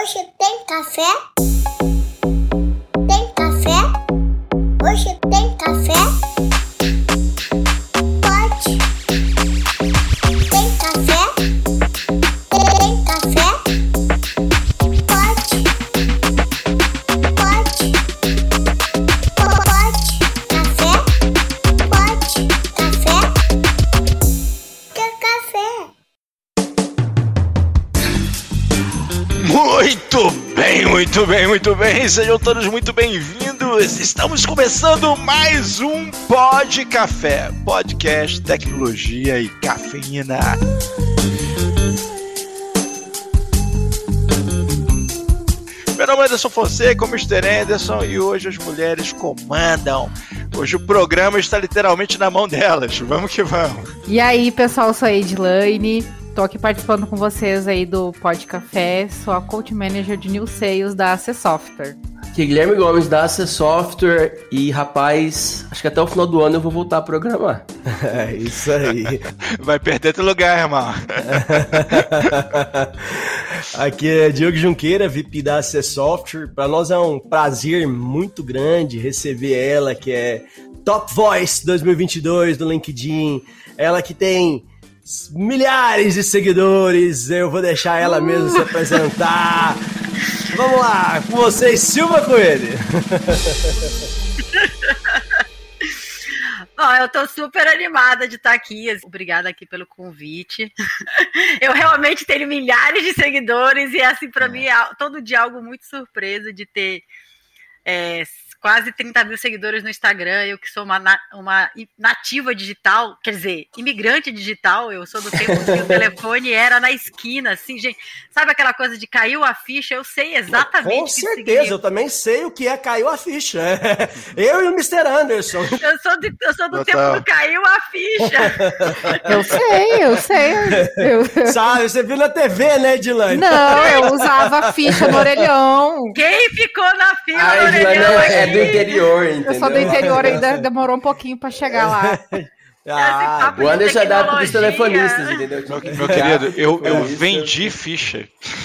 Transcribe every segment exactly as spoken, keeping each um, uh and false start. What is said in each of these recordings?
Hoje tem café? Tem café? Hoje tem café? Pode. Tem café? Tem café? Pode. Pode. Pode. Café? Pode. Café? Quer café? Muito bem, muito bem, muito bem. Sejam todos muito bem-vindos. Estamos começando mais um Pod Café, podcast, tecnologia e cafeína. Meu nome é Anderson Fonseca, o mister Anderson, e hoje as mulheres comandam. Hoje o programa está literalmente na mão delas. Vamos que vamos. E aí, pessoal, eu sou a Edilane. Tô aqui participando com vocês aí do Pod Café. Sou a Coach Manager de New Sales da A C Software. Aqui é Guilherme Gomes da A C Software. E, rapaz, acho que até o final do ano eu vou voltar a programar. É isso aí. Vai perder teu lugar, irmão. Aqui é Diogo Junqueira, V P da A C Software. Para nós é um prazer muito grande receber ela, que é Top Voice dois mil e vinte e dois do LinkedIn. Ela que tem milhares de seguidores. Eu vou deixar ela mesmo se apresentar. Vamos lá, com vocês, Silva Coelho. Bom, eu tô super animada de estar aqui. Obrigada aqui pelo convite. Eu realmente tenho milhares de seguidores e, assim, para mim é todo dia algo muito surpresa de ter é, quase trinta mil seguidores no Instagram. Eu que sou uma, uma nativa digital, quer dizer, imigrante digital. Eu sou do tempo que o telefone era na esquina, assim, gente. Sabe aquela coisa de caiu a ficha? Eu sei exatamente Com o que certeza, eu também sei o que é caiu a ficha. Eu e o mister Anderson. Eu sou, de, eu sou do Total. Tempo do caiu a ficha. Eu sei, eu sei. Eu... Sabe, você viu na T V, né, Edilane? Não, eu usava a ficha no orelhão. Quem ficou na fila ah, no orelhão? É do interior, entendeu? Eu sou do interior, ainda demorou um pouquinho pra chegar lá. Ah, o Anderson é da época dos telefonistas, entendeu? Meu, meu querido, eu, eu vendi ficha.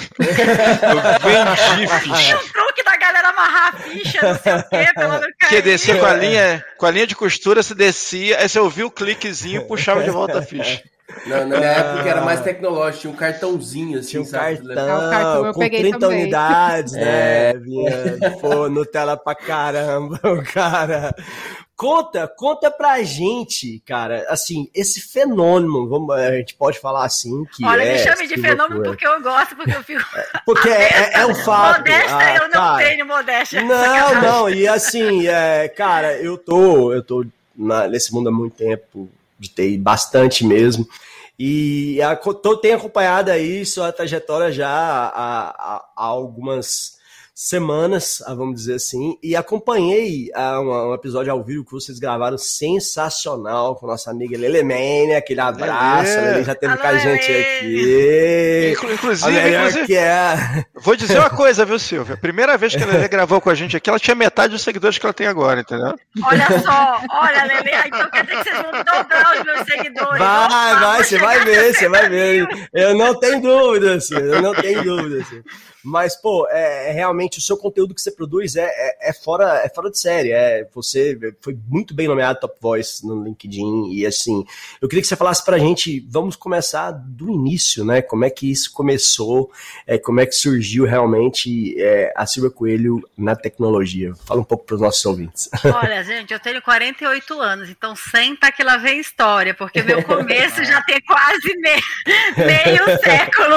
Eu vendi ficha. O truque da galera amarrar a ficha, não sei o quê, pelo menos que descia com a linha, com a linha de costura, você descia, aí você ouvia o cliquezinho e puxava de volta a ficha. Não, na minha época era mais tecnológico, tinha um cartãozinho assim, tinha um sabe? cartão, o cartão eu com peguei trinta também. unidades, né? É. Vinha, pô, Nutella pra caramba, cara. Conta, conta pra gente, cara, assim, esse fenômeno, vamos, a gente pode falar assim, que Olha, é... me chame de fenômeno loucura. Porque eu gosto, porque eu fico... Porque é, é um fato. Modéstia, ah, eu não cara, tenho modéstia. Não, não, e assim, é, cara, eu tô, eu tô na, nesse mundo há muito tempo, de T I, bastante mesmo, e a, tô, tenho acompanhado aí sua trajetória já há, há, há algumas semanas, vamos dizer assim, e acompanhei uh, um, um episódio ao vivo que vocês gravaram sensacional com nossa amiga Lele Mene, aquele abraço, é. A Lele já teve Alô, com a gente aqui. Inclusive, inclusive que é. Vou dizer uma coisa, viu, Silvia? Primeira vez que a Lele gravou com a gente aqui, ela tinha metade dos seguidores que ela tem agora, entendeu? Olha só, olha, Lele, então quer dizer que vocês vão dobrar os meus seguidores. Vai, Opa, vai, você vai ver, você vai ver. Eu não tenho dúvida, assim, eu não tenho dúvida, assim. Mas, pô, é, é realmente o seu conteúdo que você produz é, é, é, fora, é fora de série. É, você foi muito bem nomeado Top Voice no LinkedIn. E, assim, eu queria que você falasse pra gente, vamos começar do início, né? Como é que isso começou, é, como é que surgiu realmente é, a Silvia Coelho na tecnologia. Fala um pouco pros nossos ouvintes. Olha, gente, eu tenho quarenta e oito anos, então senta que lá vem história, porque meu começo já tem quase me... meio século.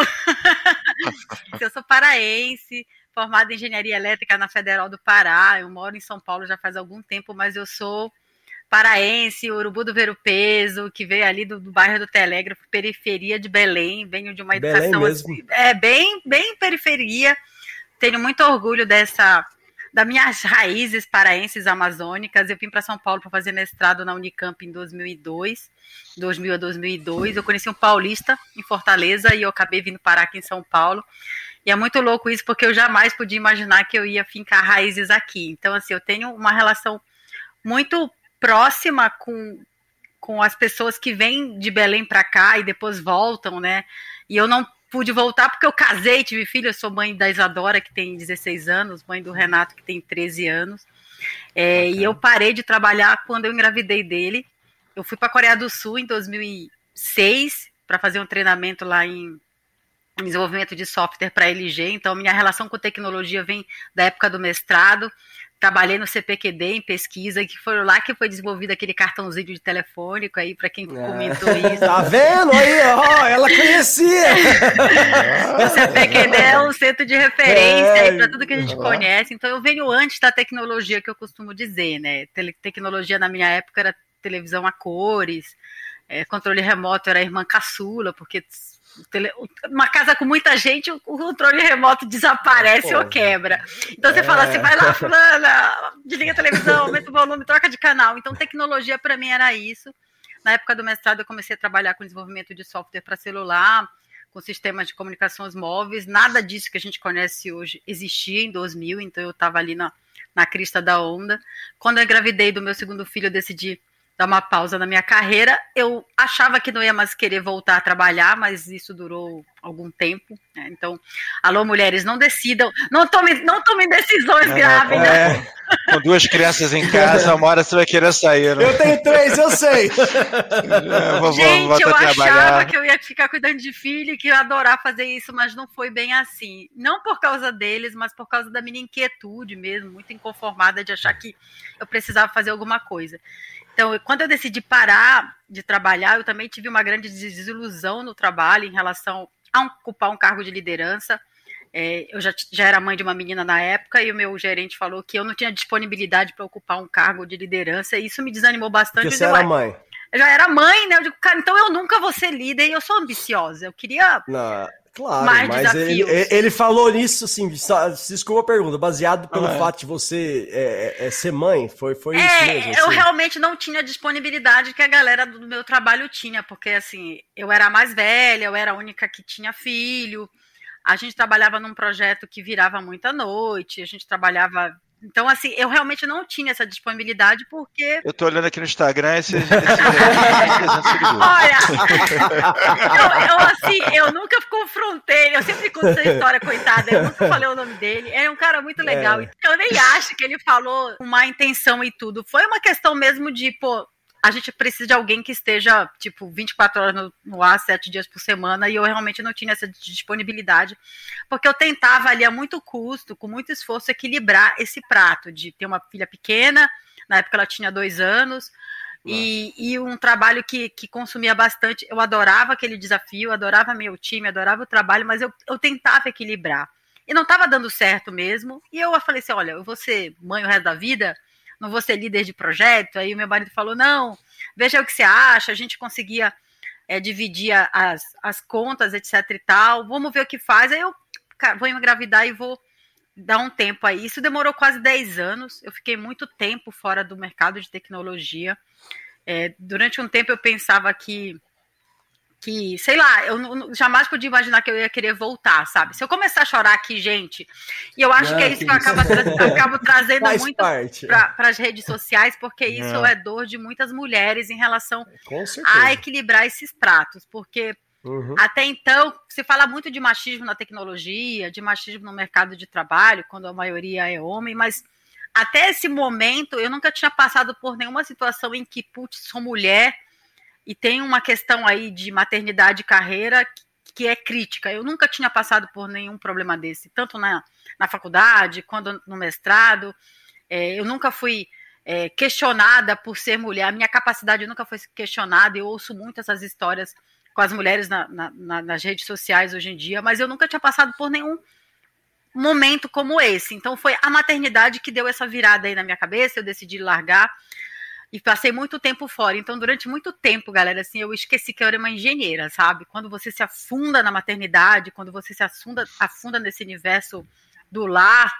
Eu sou paraense, formada em engenharia elétrica na Federal do Pará. Eu moro em São Paulo já faz algum tempo, mas eu sou paraense, Urubu do Ver o Peso, que veio ali do, do bairro do Telégrafo, periferia de Belém. Venho de uma educação assim, é bem, bem periferia. Tenho muito orgulho dessa, das minhas raízes paraenses amazônicas. Eu vim para São Paulo para fazer mestrado na Unicamp em dois mil e dois, dois mil a dois mil e dois. Eu conheci um paulista em Fortaleza e eu acabei vindo parar aqui em São Paulo. E é muito louco isso, porque eu jamais podia imaginar que eu ia fincar raízes aqui. Então, assim, eu tenho uma relação muito próxima com, com as pessoas que vêm de Belém para cá e depois voltam, né? E eu não pude voltar porque eu casei, tive filho, eu sou mãe da Isadora, que tem dezesseis anos, mãe do Renato, que tem treze anos. É, e eu parei de trabalhar quando eu engravidei dele. Eu fui para a Coreia do Sul em dois mil e seis para fazer um treinamento lá em desenvolvimento de software para L G, então minha relação com tecnologia vem da época do mestrado. Trabalhei no C P Q D em pesquisa, que foi lá que foi desenvolvido aquele cartãozinho de telefônico aí, para quem é. comentou isso. Tá vendo aí, ó, ela conhecia! O C P Q D é um centro de referência é. para tudo que a gente uhum. conhece, então eu venho antes da tecnologia, que eu costumo dizer, né? Tele- tecnologia na minha época era televisão a cores, é, controle remoto era a irmã caçula, porque uma casa com muita gente, o controle remoto desaparece Pô, ou quebra. Então você é. fala assim, vai lá, fulana, desliga a televisão, aumenta o volume, troca de canal. Então tecnologia para mim era isso. Na época do mestrado eu comecei a trabalhar com desenvolvimento de software para celular, com sistemas de comunicações móveis. Nada disso que a gente conhece hoje existia em dois mil, então eu estava ali na, na crista da onda. Quando eu engravidei do meu segundo filho, eu decidi dar uma pausa na minha carreira. Eu achava que não ia mais querer voltar a trabalhar, mas isso durou algum tempo, né? Então, alô, mulheres, não decidam, não tomem, não tomem decisões é, grávidas. É, com duas crianças em casa, uma hora você vai querer sair, né? Eu tenho três, eu sei. Eu vou, Gente, vou eu trabalhar. achava que eu ia ficar cuidando de filho e que eu ia adorar fazer isso, mas não foi bem assim. Não por causa deles, mas por causa da minha inquietude mesmo, muito inconformada de achar que eu precisava fazer alguma coisa. Então, quando eu decidi parar de trabalhar, eu também tive uma grande desilusão no trabalho em relação a ocupar um cargo de liderança. É, eu já, já era mãe de uma menina na época e o meu gerente falou que eu não tinha disponibilidade para ocupar um cargo de liderança, e isso me desanimou bastante. Porque você era mãe. Eu já era mãe, né? Eu digo, cara, então eu nunca vou ser líder e eu sou ambiciosa. Eu queria... Não. Claro, mais mas desafios. Ele, ele falou nisso, assim, só, desculpa a pergunta, baseado pelo ah, é. fato de você é, é, ser mãe, foi, foi é, isso mesmo? Eu assim. realmente não tinha a disponibilidade que a galera do meu trabalho tinha, porque, assim, eu era a mais velha, eu era a única que tinha filho, a gente trabalhava num projeto que virava muita noite, a gente trabalhava... Então, assim, eu realmente não tinha essa disponibilidade porque... Eu tô olhando aqui no Instagram esse... esse... Olha, eu, eu, assim, eu nunca confrontei, eu sempre conto essa história, coitada, eu nunca falei o nome dele, ele é um cara muito legal, é. Eu nem acho que ele falou com má intenção e tudo, foi uma questão mesmo de, pô, a gente precisa de alguém que esteja, tipo, vinte e quatro horas no, no ar, sete dias por semana, e eu realmente não tinha essa disponibilidade, porque eu tentava ali a muito custo, com muito esforço, equilibrar esse prato de ter uma filha pequena, na época ela tinha dois anos, e, e um trabalho que, que consumia bastante. Eu adorava aquele desafio, adorava meu time, adorava o trabalho, mas eu, eu tentava equilibrar, e não estava dando certo mesmo, e eu falei assim, olha, eu vou ser mãe o resto da vida, não vou ser líder de projeto. Aí o meu marido falou, não, veja o que você acha, a gente conseguia é, dividir as, as contas, etc e tal, vamos ver o que faz. Aí eu cara, vou engravidar e vou dar um tempo aí. Isso demorou quase dez anos, eu fiquei muito tempo fora do mercado de tecnologia. É, durante um tempo eu pensava que, que sei lá, eu não, jamais podia imaginar que eu ia querer voltar, sabe? Se eu começar a chorar aqui, gente, e eu acho não, que é isso que, que eu acabo, tra- acabo trazendo Faz muito para as redes sociais, porque isso não. é dor de muitas mulheres em relação a equilibrar esses pratos, porque uhum. até então se fala muito de machismo na tecnologia, de machismo no mercado de trabalho, quando a maioria é homem, mas até esse momento eu nunca tinha passado por nenhuma situação em que, putz, sou mulher, e tem uma questão aí de maternidade e carreira que é crítica. Eu nunca tinha passado por nenhum problema desse, tanto na, na faculdade, quanto no mestrado. É, eu nunca fui é, questionada por ser mulher. A minha capacidade nunca foi questionada. Eu ouço muito essas histórias com as mulheres na, na, na, nas redes sociais hoje em dia, mas eu nunca tinha passado por nenhum momento como esse. Então foi a maternidade que deu essa virada aí na minha cabeça, eu decidi largar. E passei muito tempo fora. Então, durante muito tempo, galera, assim, eu esqueci que eu era uma engenheira, sabe? Quando você se afunda na maternidade, quando você se afunda, afunda nesse universo do lar,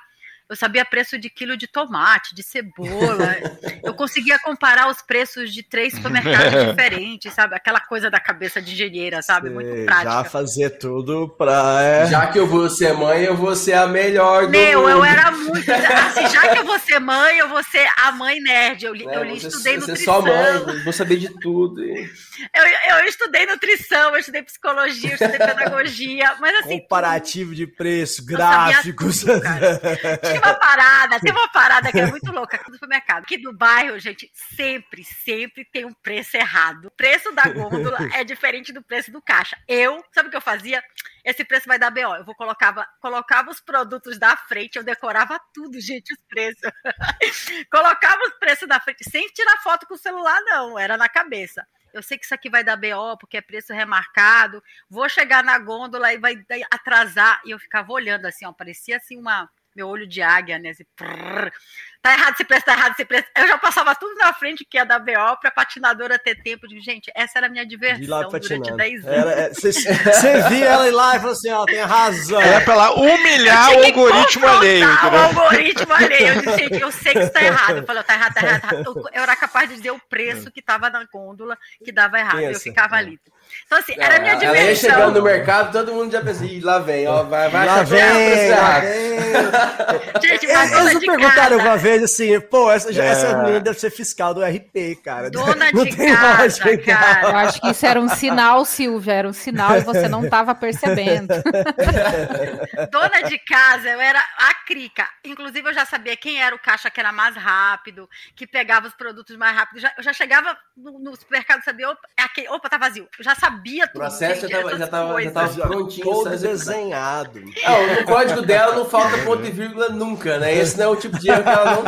Eu sabia preço de quilo de tomate, de cebola. Eu conseguia comparar os preços de três supermercados diferentes, sabe? Aquela coisa da cabeça de engenheira, sabe? Muito Sei, prática. Já fazer tudo pra... É... Já que eu vou ser mãe, eu vou ser a melhor do Meu, mundo. eu era muito... Assim, já que eu vou ser mãe, eu vou ser a mãe nerd. Eu, li, É, eu li, você, estudei você nutrição. é só mãe, vou saber de tudo. E... Eu, eu estudei nutrição, eu estudei psicologia, eu estudei pedagogia, mas assim... Comparativo de preço, eu sabia gráficos. tudo, cara. Tinha uma parada, tem uma parada que é muito louca no supermercado. Aqui no bairro, gente, sempre, sempre tem um preço errado. O preço da gôndola é diferente do preço do caixa. Eu, sabe o que eu fazia? Esse preço vai dar B O. Eu vou colocava, colocava os produtos da frente, eu decorava tudo, gente, os preços. Colocava os preços da frente, sem tirar foto com o celular, não, era na cabeça. Eu sei que isso aqui vai dar B O, porque é preço remarcado. Vou chegar na gôndola e vai atrasar. E eu ficava olhando assim, ó, parecia assim uma... meu olho de águia, né? Assim, prrr, tá errado esse preço, tá errado esse preço. Eu já passava tudo na frente que ia dar B O pra patinadora ter tempo de... Gente, essa era a minha diversão durante dez anos. Você é, via ela ir lá e falou assim, ó, tem razão. Era pra lá humilhar o algoritmo alheio. O algoritmo alheio. Eu disse, gente, eu sei que isso tá errado. Eu falei, tá errado, tá errado, tá errado. Eu, eu era capaz de dizer o preço que tava na gôndola que dava errado. Pensa. Eu ficava ali. Então, assim, era a minha diversão. Ela ia chegando no mercado, todo mundo já pensa, ih, lá vem, ó, vai, vai. Lá vem, lá vem. Gente, eles me perguntaram uma vez assim, pô, essa, é. essa menina deve ser fiscal do R P, cara. Dona não de casa, cara. Eu acho que isso era um sinal, Silvia, era um sinal e você não estava percebendo. Dona de casa, eu era a crica. Inclusive, eu já sabia quem era o caixa que era mais rápido, que pegava os produtos mais rápido. Eu já chegava no, no supermercado e sabia, opa, é aquele, opa, tá vazio. Eu já sabia tudo. O processo gente, já estava já tava, já tava prontinho. Todo desenhado. Não, no código dela não falta ponto e vírgula nunca, né? Esse não é o tipo de erro que ela não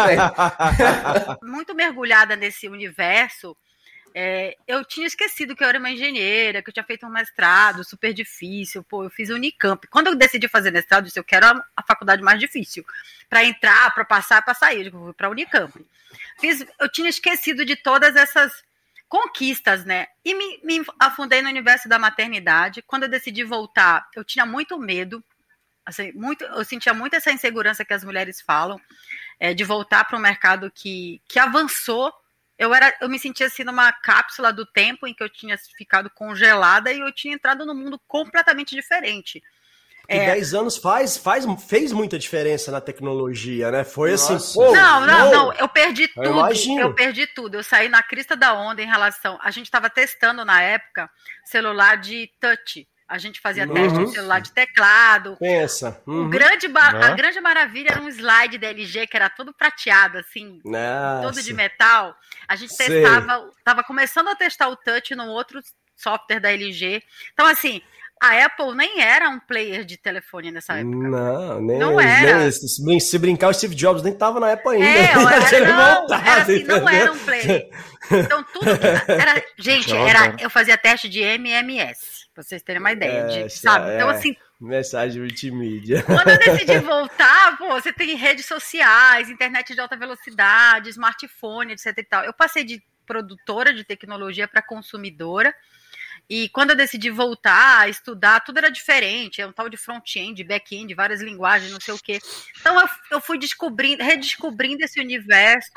tem. Muito mergulhada nesse universo, é, eu tinha esquecido que eu era uma engenheira, que eu tinha feito um mestrado super difícil. Pô, eu fiz o Unicamp. Quando eu decidi fazer mestrado, eu disse, eu quero a, a faculdade mais difícil. Para entrar, para passar, para sair. Eu fui para a Unicamp. Fiz, eu tinha esquecido de todas essas conquistas, né? E me, me afundei no universo da maternidade. Quando eu decidi voltar, eu tinha muito medo. Assim, muito, eu sentia muito essa insegurança que as mulheres falam, é, de voltar para um mercado que, que avançou. Eu, era, eu me sentia assim numa cápsula do tempo em que eu tinha ficado congelada e eu tinha entrado num mundo completamente diferente. E é... dez anos faz, faz, fez muita diferença na tecnologia, né? Foi Nossa. assim, pô, Não, não, pô, não, eu perdi tudo. Eu imagino. Eu perdi tudo. Eu saí na crista da onda em relação... A gente estava testando na época celular de touch. A gente fazia uhum. teste de celular de teclado. Pensa. Uhum. O grande ba- uhum. A grande maravilha era um slide da L G que era todo prateado, assim, Nossa. todo de metal. A gente Sei. testava, estava começando a testar o touch num outro software da L G. Então, assim, a Apple nem era um player de telefone nessa época. Não, nem, não era. Nem, se, se brincar, o Steve Jobs nem estava na Apple ainda. É, era, não, montado, era assim, não era um player. Então, tudo que era... Gente, era, eu fazia teste de M M S. Pra vocês terem uma ideia, de, é, sabe? É, então, assim... Mensagem multimídia. Quando eu decidi voltar, pô, você tem redes sociais, internet de alta velocidade, smartphone, etc e tal. Eu passei de produtora de tecnologia para consumidora. E quando eu decidi voltar a estudar, tudo era diferente. É um tal de front-end, back-end, várias linguagens, não sei o quê. Então, eu, eu fui descobrindo, redescobrindo esse universo...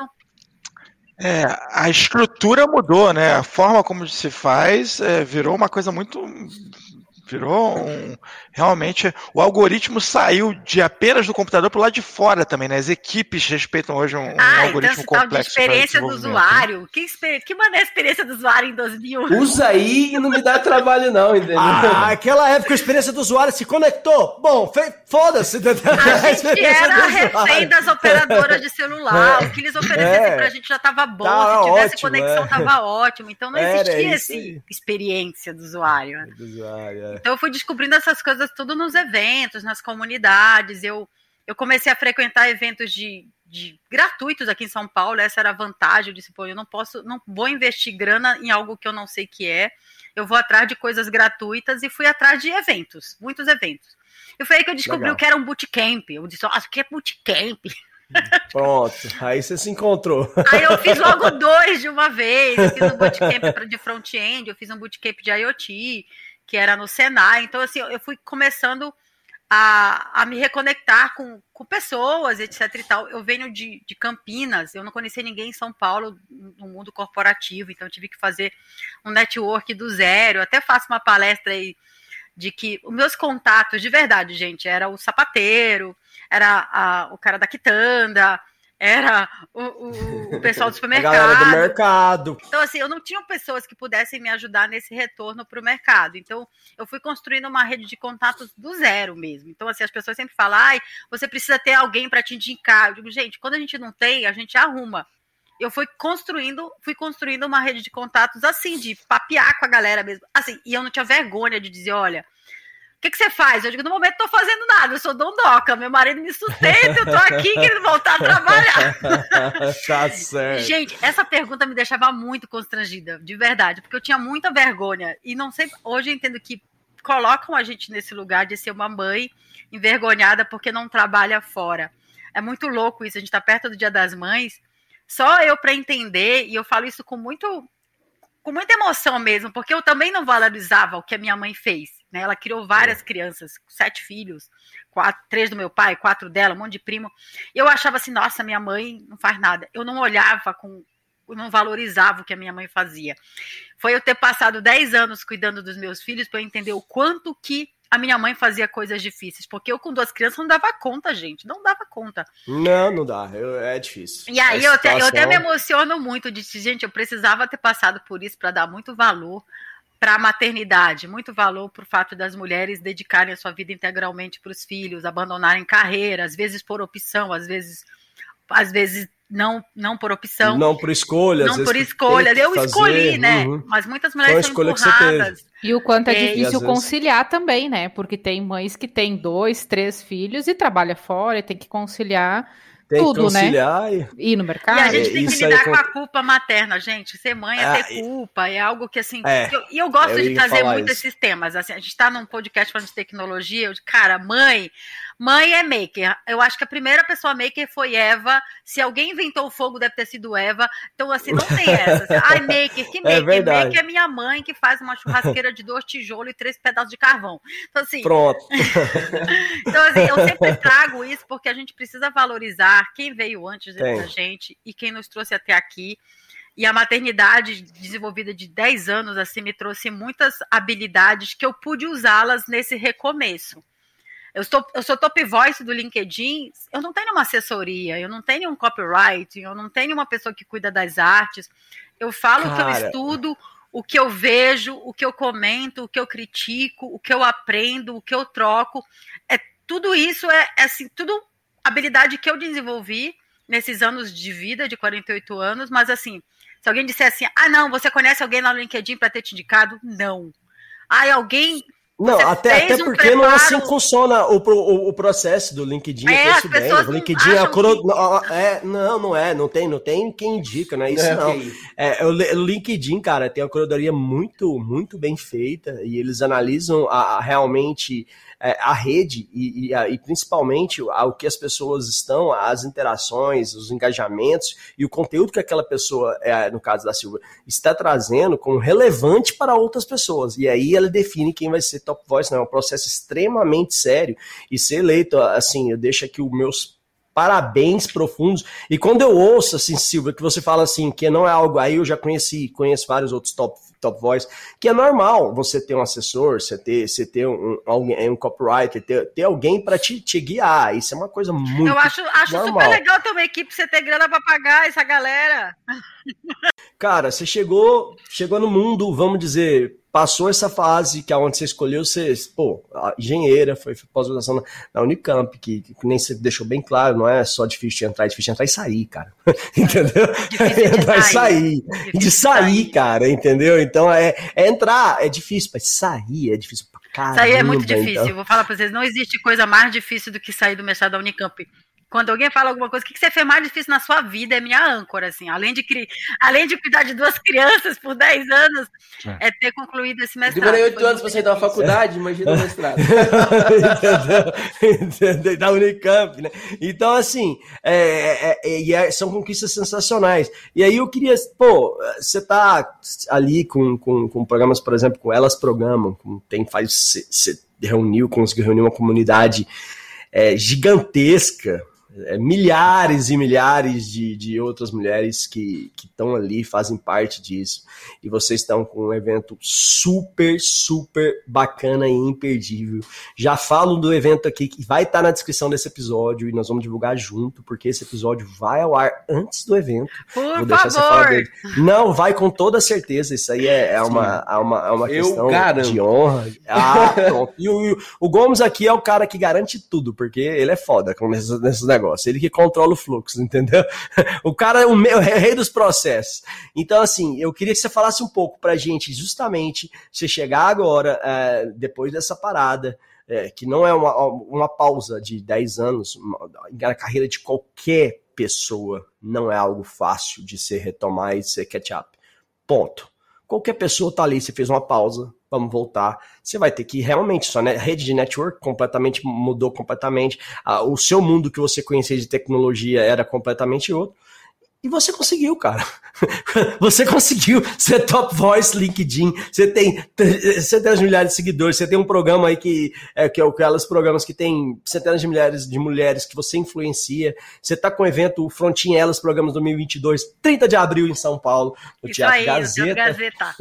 É, a estrutura mudou, né? A forma como se faz é, virou uma coisa muito... Virou um... Realmente, o algoritmo saiu de apenas do computador para o lado de fora também, né? As equipes respeitam hoje um, ah, um algoritmo então, complexo. Tal de experiência do usuário. Que, exper... que maneira a experiência do usuário em dois mil? Usa aí e não me dá trabalho não, entendeu? Ah, aquela época a experiência do usuário se conectou. Bom, fe... foda-se. A gente era refém das operadoras de celular. É. O que eles oferecessem é. pra gente já estava bom. Tá, se tivesse ótimo, conexão, estava é. ótimo. Então não existia essa experiência do usuário. Né? Do usuário é. Então eu fui descobrindo essas coisas tudo nos eventos, nas comunidades. Eu, eu comecei a frequentar eventos de, de gratuitos aqui em São Paulo. Essa era a vantagem. Eu disse, pô, eu não posso, não vou investir grana em algo que eu não sei que é. Eu vou atrás de coisas gratuitas e fui atrás de eventos, muitos eventos. E foi aí que eu descobri Legal. o que era um bootcamp. Eu disse, ah, o que é bootcamp? Pronto, aí você se encontrou. Aí eu fiz logo dois de uma vez. Eu fiz um bootcamp de front-end, eu fiz um bootcamp de IoT, que era no Senai. Então, assim, eu fui começando a, a me reconectar com, com pessoas, etc e tal. Eu venho de, de Campinas, eu não conhecia ninguém em São Paulo no mundo corporativo, então eu tive que fazer um network do zero. Eu até faço uma palestra aí de que os meus contatos, de verdade, gente, era o sapateiro, era a, o cara da quitanda, era o, o, o pessoal do supermercado. A galera do mercado. Então, assim, eu não tinha pessoas que pudessem me ajudar nesse retorno para o mercado. Então, eu fui construindo uma rede de contatos do zero mesmo. Então, assim, as pessoas sempre falam, ai, você precisa ter alguém para te indicar. Eu digo, gente, quando a gente não tem, a gente arruma. Eu fui construindo, fui construindo uma rede de contatos assim, de papear com a galera mesmo. Assim, e eu não tinha vergonha de dizer, olha, o que, que você faz? Eu digo, no momento não tô fazendo nada, eu sou dondoca, meu marido me sustenta, eu tô aqui querendo voltar a trabalhar. Tá certo. Gente, essa pergunta me deixava muito constrangida, de verdade, porque eu tinha muita vergonha, e não sei, hoje eu entendo que colocam a gente nesse lugar de ser uma mãe envergonhada porque não trabalha fora. É muito louco isso, a gente tá perto do Dia das Mães, só eu para entender, e eu falo isso com muito, com muita emoção mesmo, porque eu também não valorizava o que a minha mãe fez. Né, ela criou várias é. crianças, sete filhos, quatro, três do meu pai, quatro dela, um monte de primo. Eu achava assim, nossa, minha mãe não faz nada. Eu não olhava, com, eu não valorizava o que a minha mãe fazia. Foi eu ter passado dez anos cuidando dos meus filhos para eu entender o quanto que a minha mãe fazia coisas difíceis. Porque eu com duas crianças não dava conta, gente. Não dava conta. Não, não dá. Eu, é difícil. E aí eu até, eu até me emociono muito de gente, eu precisava ter passado por isso para dar muito valor para a maternidade, muito valor para o fato das mulheres dedicarem a sua vida integralmente para os filhos, abandonarem carreira, às vezes por opção, às vezes, às vezes não, não por opção. Não por escolha. Não por escolha. Eu fazer, escolhi, né? Uhum. Mas muitas mulheres são empurradas. E o quanto é, é difícil vezes... conciliar também, né? Porque tem mães que têm dois, três filhos e trabalham fora e tem que conciliar tem tudo, que conciliar, né? E... Ir no mercado. E a gente tem que lidar aí... com a culpa materna, gente. Ser mãe é, é ter culpa, é algo que, assim... É, eu, e eu gosto eu de trazer muito isso. esses temas. Assim, a gente está num podcast falando de tecnologia. Eu, cara, mãe... Mãe é maker. Eu acho que a primeira pessoa maker foi Eva. Se alguém inventou o fogo, deve ter sido Eva. Então, assim, não tem essa. Assim, ai, maker, que maker? É maker é minha mãe que faz uma churrasqueira de dois tijolos e três pedaços de carvão. Então, assim... Pronto. Então, assim, eu sempre trago isso porque a gente precisa valorizar quem veio antes tem. da gente e quem nos trouxe até aqui. E a maternidade desenvolvida de dez anos, assim, me trouxe muitas habilidades que eu pude usá-las nesse recomeço. Eu, estou, eu sou top voice do LinkedIn, eu não tenho uma assessoria, eu não tenho um copyright, eu não tenho uma pessoa que cuida das artes. Eu falo Cara. o que eu estudo, o que eu vejo, o que eu comento, o que eu critico, o que eu aprendo, o que eu troco. É, tudo isso é, é assim, tudo habilidade que eu desenvolvi nesses anos de vida, de quarenta e oito anos, mas assim, se alguém disser assim, ah não, você conhece alguém lá no LinkedIn para ter te indicado? Não. Ah, alguém... Não, Você até, até um porque preparo... não é assim que funciona o, o, o processo do LinkedIn. É, eu as pessoas bem. O LinkedIn é, cro... que... é Não, não é, não tem, não tem quem indica, não é isso, é, não. Okay. É, o LinkedIn, cara, tem uma curadoria muito, muito bem feita e eles analisam a, a realmente é, a rede e, e, a, e principalmente a, o que as pessoas estão, as interações, os engajamentos e o conteúdo que aquela pessoa, é, no caso da Silvia, está trazendo como relevante para outras pessoas. E aí ela define quem vai ser top voice, né? É um processo extremamente sério e ser eleito, assim, eu deixo aqui os meus parabéns profundos. E quando eu ouço, assim, Silvia, que você fala assim, que não é algo, aí eu já conheci, conheço vários outros top, top voice, que é normal você ter um assessor, você ter, você ter um, um, um copywriter, ter, ter alguém para te, te guiar. Isso é uma coisa muito Eu acho, acho normal. Super legal ter uma equipe, você ter grana para pagar essa galera. Cara, você chegou, chegou no mundo, vamos dizer, passou essa fase que é onde você escolheu ser, pô, engenheira, foi pós-graduação na, na Unicamp, que, que nem você deixou bem claro, não é só difícil de entrar, é difícil de entrar e sair, cara. Entendeu? Difícil de entrar sair. e sair. De sair, cara, entendeu? Então, é, é entrar, é difícil, mas sair é difícil pra caramba. Sair é muito difícil, então. Vou falar pra vocês, não existe coisa mais difícil do que sair do mestrado da Unicamp. Quando alguém fala alguma coisa, o que você fez mais difícil na sua vida é minha âncora, assim. Além de, cri... Além de cuidar de duas crianças por dez anos, é, é ter concluído esse mestrado. Demorei oito anos para sair da faculdade, imagina o mestrado. Entendeu? Da Unicamp, né? Então, assim, é, é, é, são conquistas sensacionais. E aí eu queria, pô, você tá ali com, com, com programas, por exemplo, com Elas Programam, com, tem, faz... C, C, reuniu, conseguiu reunir uma comunidade é, gigantesca, é, milhares e milhares de, de outras mulheres que estão ali, fazem parte disso, e vocês estão com um evento super, super bacana e imperdível. Já falo do evento aqui, que vai estar na descrição desse episódio, e nós vamos divulgar junto, porque esse episódio vai ao ar antes do evento. Por Vou deixar favor! Você falar dele. Não, vai com toda certeza, isso aí é, é uma, é uma, é uma questão de honra. Ah, pronto. E o, o Gomes aqui é o cara que garante tudo, porque ele é foda com nesses, nesses negócios, ele que controla o fluxo, entendeu? O cara é o, meu, é o rei dos processos. Então, assim, eu queria que você falasse um pouco pra gente, justamente, você chegar agora, é, depois dessa parada, é, que não é uma, uma pausa de dez anos, na carreira de qualquer pessoa, não é algo fácil de se retomar e ser catch-up. Ponto. Qualquer pessoa tá ali, você fez uma pausa, vamos voltar, você vai ter que realmente, sua rede de network completamente mudou completamente, o seu mundo que você conhecia de tecnologia era completamente outro, e você conseguiu, cara. Você conseguiu ser top voice LinkedIn, você tem centenas de milhares de seguidores, você tem um programa aí que é, que é aqueles programas que tem centenas de milhares de mulheres que você influencia, você tá com o evento Frontin Elas, programas dois mil e vinte e dois, trinta de abril em São Paulo, no Isso Teatro aí, Gazeta. no Teatro Gazeta.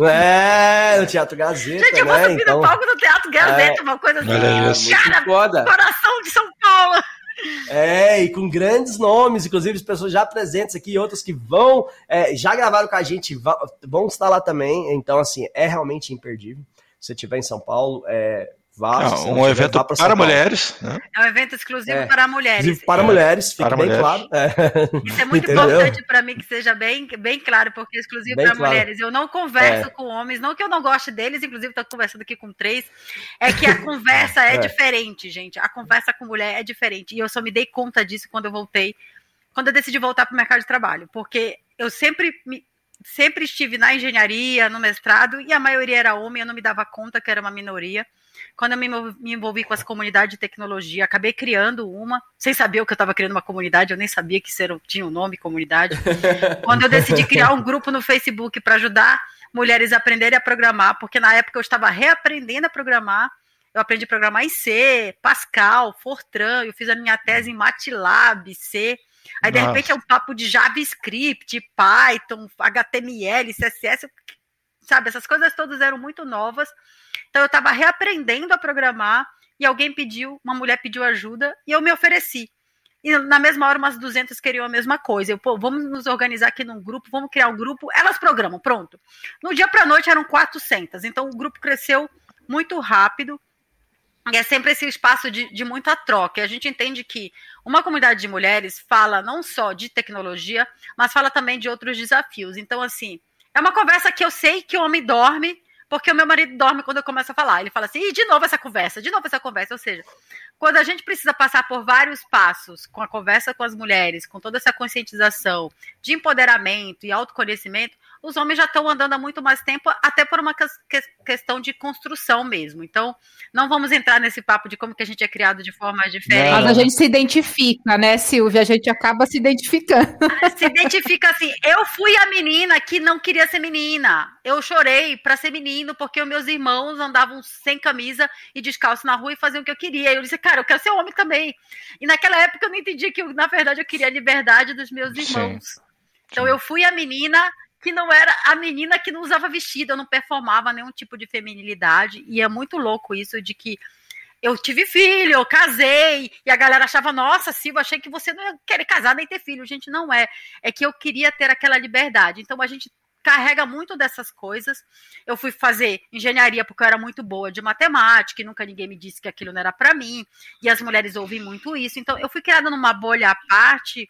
É, no Teatro Gazeta, Gente, eu vou né? subir Então, no palco do Teatro Gazeta, é, uma coisa assim, olha isso. cara, foda. coração de São Paulo. É, e com grandes nomes, inclusive as pessoas já presentes aqui, outras que vão, é, já gravaram com a gente, vão estar lá também, então assim, é realmente imperdível. Se você estiver em São Paulo, é, vá. Não, um evento para, para mulheres. Né? É um evento exclusivo é, para mulheres. Para é, mulheres, fique para bem mulheres. claro. É. Isso é muito Entendeu? importante para mim que seja bem, bem claro, porque é exclusivo para claro. mulheres. Eu não converso É. com homens, não que eu não goste deles, inclusive estou conversando aqui com três, é que a conversa é, É. diferente, gente. A conversa com mulher é diferente. E eu só me dei conta disso quando eu voltei, quando eu decidi voltar para o mercado de trabalho, porque eu sempre me sempre estive na engenharia, no mestrado, e a maioria era homem, eu não me dava conta que era uma minoria. Quando eu me envolvi com as comunidades de tecnologia, acabei criando uma, sem saber o que eu estava criando uma comunidade, eu nem sabia que isso era, tinha um nome, comunidade. Quando eu decidi criar um grupo no Facebook para ajudar mulheres a aprenderem a programar, porque na época eu estava reaprendendo a programar, eu aprendi a programar em C, Pascal, Fortran, eu fiz a minha tese em MATLAB, C. Aí, de Nossa. repente, é um papo de JavaScript, Python, H T M L, C S S, sabe? Essas coisas todas eram muito novas. Então, eu estava reaprendendo a programar e alguém pediu, uma mulher pediu ajuda e eu me ofereci. E na mesma hora, umas duzentas queriam a mesma coisa. Eu, pô, vamos nos organizar aqui num grupo, vamos criar um grupo. Elas programam, pronto. No dia para a noite eram quatrocentas. Então, o grupo cresceu muito rápido. E é sempre esse espaço de, de muita troca. E a gente entende que uma comunidade de mulheres fala não só de tecnologia, mas fala também de outros desafios. Então, assim, é uma conversa que eu sei que o homem dorme, porque o meu marido dorme quando eu começo a falar. Ele fala assim, e de novo essa conversa, de novo essa conversa. Ou seja, quando a gente precisa passar por vários passos, com a conversa com as mulheres, com toda essa conscientização de empoderamento e autoconhecimento, os homens já estão andando há muito mais tempo, até por uma que- questão de construção mesmo. Então, não vamos entrar nesse papo de como que a gente é criado de forma diferente. Mas a gente se identifica, né, Silvia? A gente acaba se identificando. Se identifica assim, eu fui a menina que não queria ser menina. Eu chorei para ser menino, porque os meus irmãos andavam sem camisa e descalço na rua e faziam o que eu queria. Eu disse, cara, eu quero ser homem também. E naquela época eu não entendi que, na verdade, eu queria a liberdade dos meus irmãos. Sim. Então eu fui a menina que não era a menina que não usava vestido, eu não performava nenhum tipo de feminilidade, e é muito louco isso de que eu tive filho, eu casei, e a galera achava, nossa, Silvia, achei que você não ia querer casar nem ter filho. Gente, não é, é que eu queria ter aquela liberdade, então a gente carrega muito dessas coisas. Eu fui fazer engenharia porque eu era muito boa de matemática, e nunca ninguém me disse que aquilo não era para mim, e as mulheres ouvem muito isso, então eu fui criada numa bolha à parte.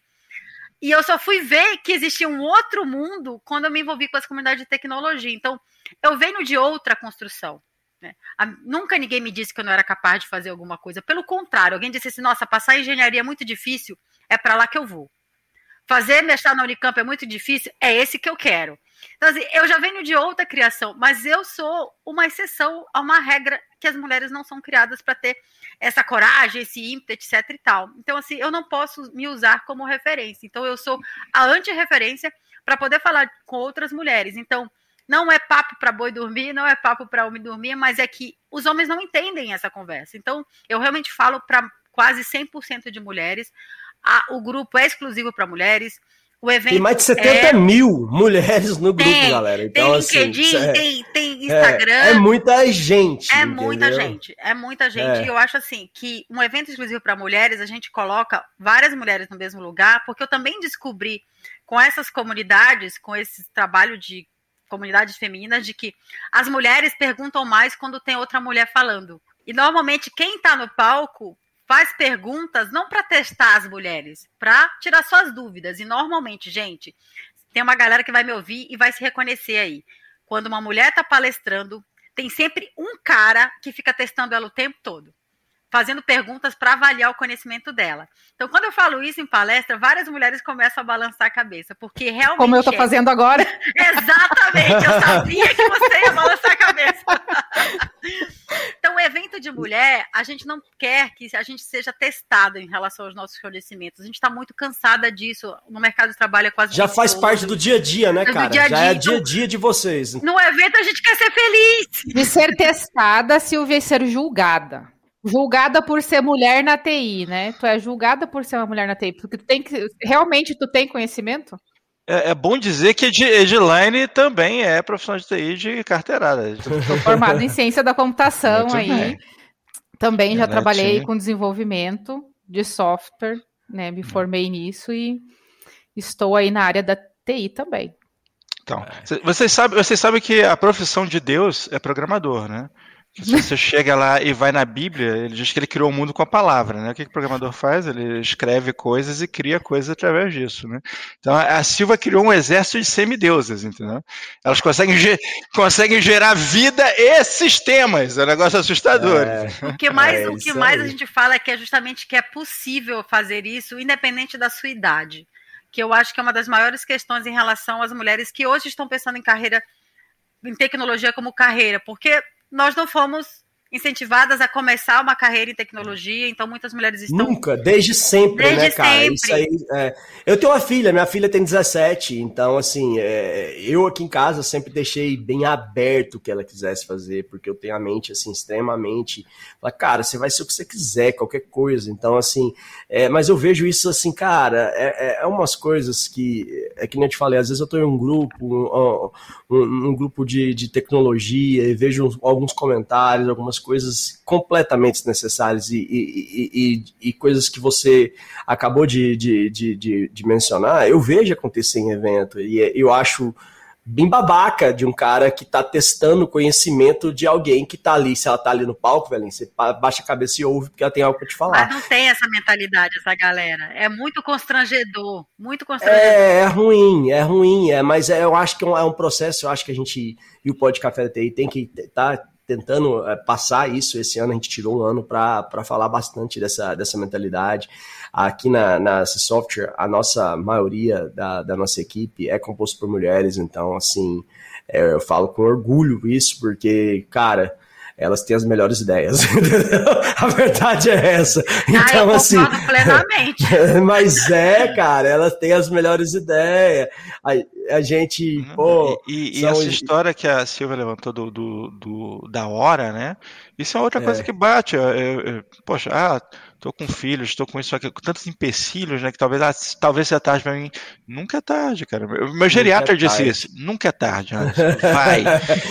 E eu só fui ver que existia um outro mundo quando eu me envolvi com as comunidades de tecnologia. Então, eu venho de outra construção. Né? A, nunca ninguém me disse que eu não era capaz de fazer alguma coisa. Pelo contrário, alguém disse assim, nossa, passar em engenharia é muito difícil, é para lá que eu vou. Fazer mestrado na Unicamp é muito difícil, é esse que eu quero. Então, assim, eu já venho de outra criação, mas eu sou uma exceção a uma regra que as mulheres não são criadas para ter essa coragem, esse ímpeto, etc e tal. Então, assim, eu não posso me usar como referência. Então, eu sou a anti-referência para poder falar com outras mulheres. Então, não é papo para boi dormir, não é papo para homem dormir, mas é que os homens não entendem essa conversa. Então, eu realmente falo para quase cem por cento de mulheres, a, o grupo é exclusivo para mulheres, o evento tem mais de setenta é... mil mulheres no grupo, tem, galera. Então, tem assim, LinkedIn, é, tem, tem Instagram. É, é muita gente. É entendeu? muita gente, é muita gente. É. E eu acho assim, que um evento exclusivo para mulheres, a gente coloca várias mulheres no mesmo lugar, porque eu também descobri com essas comunidades, com esse trabalho de comunidades femininas, de que as mulheres perguntam mais quando tem outra mulher falando. E normalmente quem está no palco faz perguntas não para testar as mulheres, para tirar suas dúvidas. E normalmente, gente, tem uma galera que vai me ouvir e vai se reconhecer aí. Quando uma mulher está palestrando, tem sempre um cara que fica testando ela o tempo todo, fazendo perguntas para avaliar o conhecimento dela. Então, quando eu falo isso em palestra, várias mulheres começam a balançar a cabeça, porque realmente... Como eu estou é... fazendo agora. Exatamente, eu sabia que você ia balançar a cabeça. Então, o evento de mulher, a gente não quer que a gente seja testado em relação aos nossos conhecimentos. A gente está muito cansada disso. No mercado de trabalho é quase... Já faz parte do dia a dia, né, cara? Dia -dia. Já é dia a dia de vocês. No evento, a gente quer ser feliz. De ser testada, Silvia, e ser julgada. Julgada por ser mulher na T I, né? Tu é julgada por ser uma mulher na T I, porque tu tem que... Realmente tu tem conhecimento? É, é bom dizer que Edilaine também é profissional de T I de carteirada. Estou formada em ciência da computação. Muito aí. Bem. Também já Ela trabalhei tinha... com desenvolvimento de software, né? Me formei nisso e estou aí na área da T I também. Então, vocês sabem, vocês sabem que a profissão de Deus é programador, né? Se você chega lá e vai na Bíblia, ele diz que ele criou o mundo com a palavra, né? O que, que o programador faz? Ele escreve coisas e cria coisas através disso, né? Então a Silva criou um exército de semideusas, entendeu? Elas conseguem, ge conseguem gerar vida e sistemas, é um negócio assustador. É, o que mais, é o que mais aí. a gente fala é que é justamente que é possível fazer isso independente da sua idade, que eu acho que é uma das maiores questões em relação às mulheres que hoje estão pensando em carreira, em tecnologia como carreira, porque nós não fomos incentivadas a começar uma carreira em tecnologia, então muitas mulheres estão... Nunca, desde sempre, desde né, cara? Sempre. Isso aí, é... Eu tenho uma filha, minha filha tem dezessete, então, assim, é... eu aqui em casa sempre deixei bem aberto o que ela quisesse fazer, porque eu tenho a mente, assim, extremamente... Cara, você vai ser o que você quiser, qualquer coisa, então, assim... É... Mas eu vejo isso, assim, cara, é, é umas coisas que... É que nem eu te falei, às vezes eu tô em um grupo, um, um, um grupo de, de tecnologia, e vejo alguns comentários, algumas coisas completamente desnecessárias e, e, e, e coisas que você acabou de, de, de, de, de mencionar, eu vejo acontecer em evento, e eu acho bem babaca de um cara que tá testando o conhecimento de alguém que tá ali, se ela tá ali no palco, velho, você baixa a cabeça e ouve porque ela tem algo pra te falar. Mas não tem essa mentalidade, essa galera, é muito constrangedor, muito constrangedor. É, é ruim, é ruim, é, mas é, eu acho que é um, é um processo, eu acho que a gente, e o Pod Café da T I tem que estar tá tentando passar isso. Esse ano a gente tirou um ano para falar bastante dessa, dessa mentalidade. Aqui na, na C Software, a nossa maioria da, da nossa equipe é composto por mulheres, então, assim, é, eu falo com orgulho isso, porque, cara, elas têm as melhores ideias. A verdade é essa. Então, ah, eu assim, plenamente. Mas é, cara, elas têm as melhores ideias. A, a gente, hum, pô... E, e, são... e essa história que a Silvia levantou do, do, do, da hora, né? Isso é outra é. coisa que bate. Eu, eu, eu, poxa, ah, tô com filhos, estou com isso aqui, com tantos empecilhos, né? Que talvez, ah, talvez seja tarde para mim. Nunca é tarde, cara. Meu, meu geriatra é disse tarde. isso. Nunca é tarde, vai.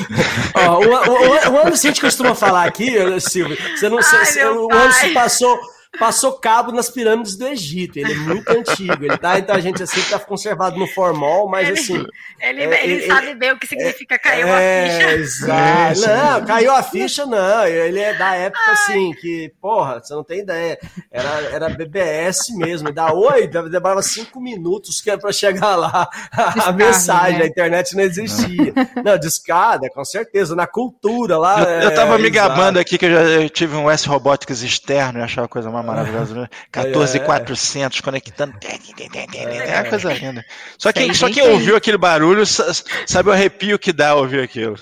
Ó, o, o, o ano que a gente costuma falar aqui, Silvio, você não sei, o ano se passou. Passou cabo nas pirâmides do Egito, ele é muito antigo, ele tá, então a gente assim tá conservado no formol, mas ele, assim... Ele, é, ele, ele sabe é, bem o que significa caiu é, a ficha. Exato, não, caiu a ficha não, ele é da época Ai. assim, que, porra, você não tem ideia, era, era B B S mesmo, dá oi, demorava cinco minutos que era pra chegar lá, a Descarga, mensagem, né? A internet não existia. Não, não discada, com certeza, na cultura lá... Eu, é, eu tava me exato. gabando aqui que eu já eu tive um S Robotics externo e achava a coisa mais maravilhosa, né? quatorze mil e quatrocentos é. conectando. É uma coisa linda. Só quem, só quem ouviu aquele barulho sabe o arrepio que dá ouvir aquilo.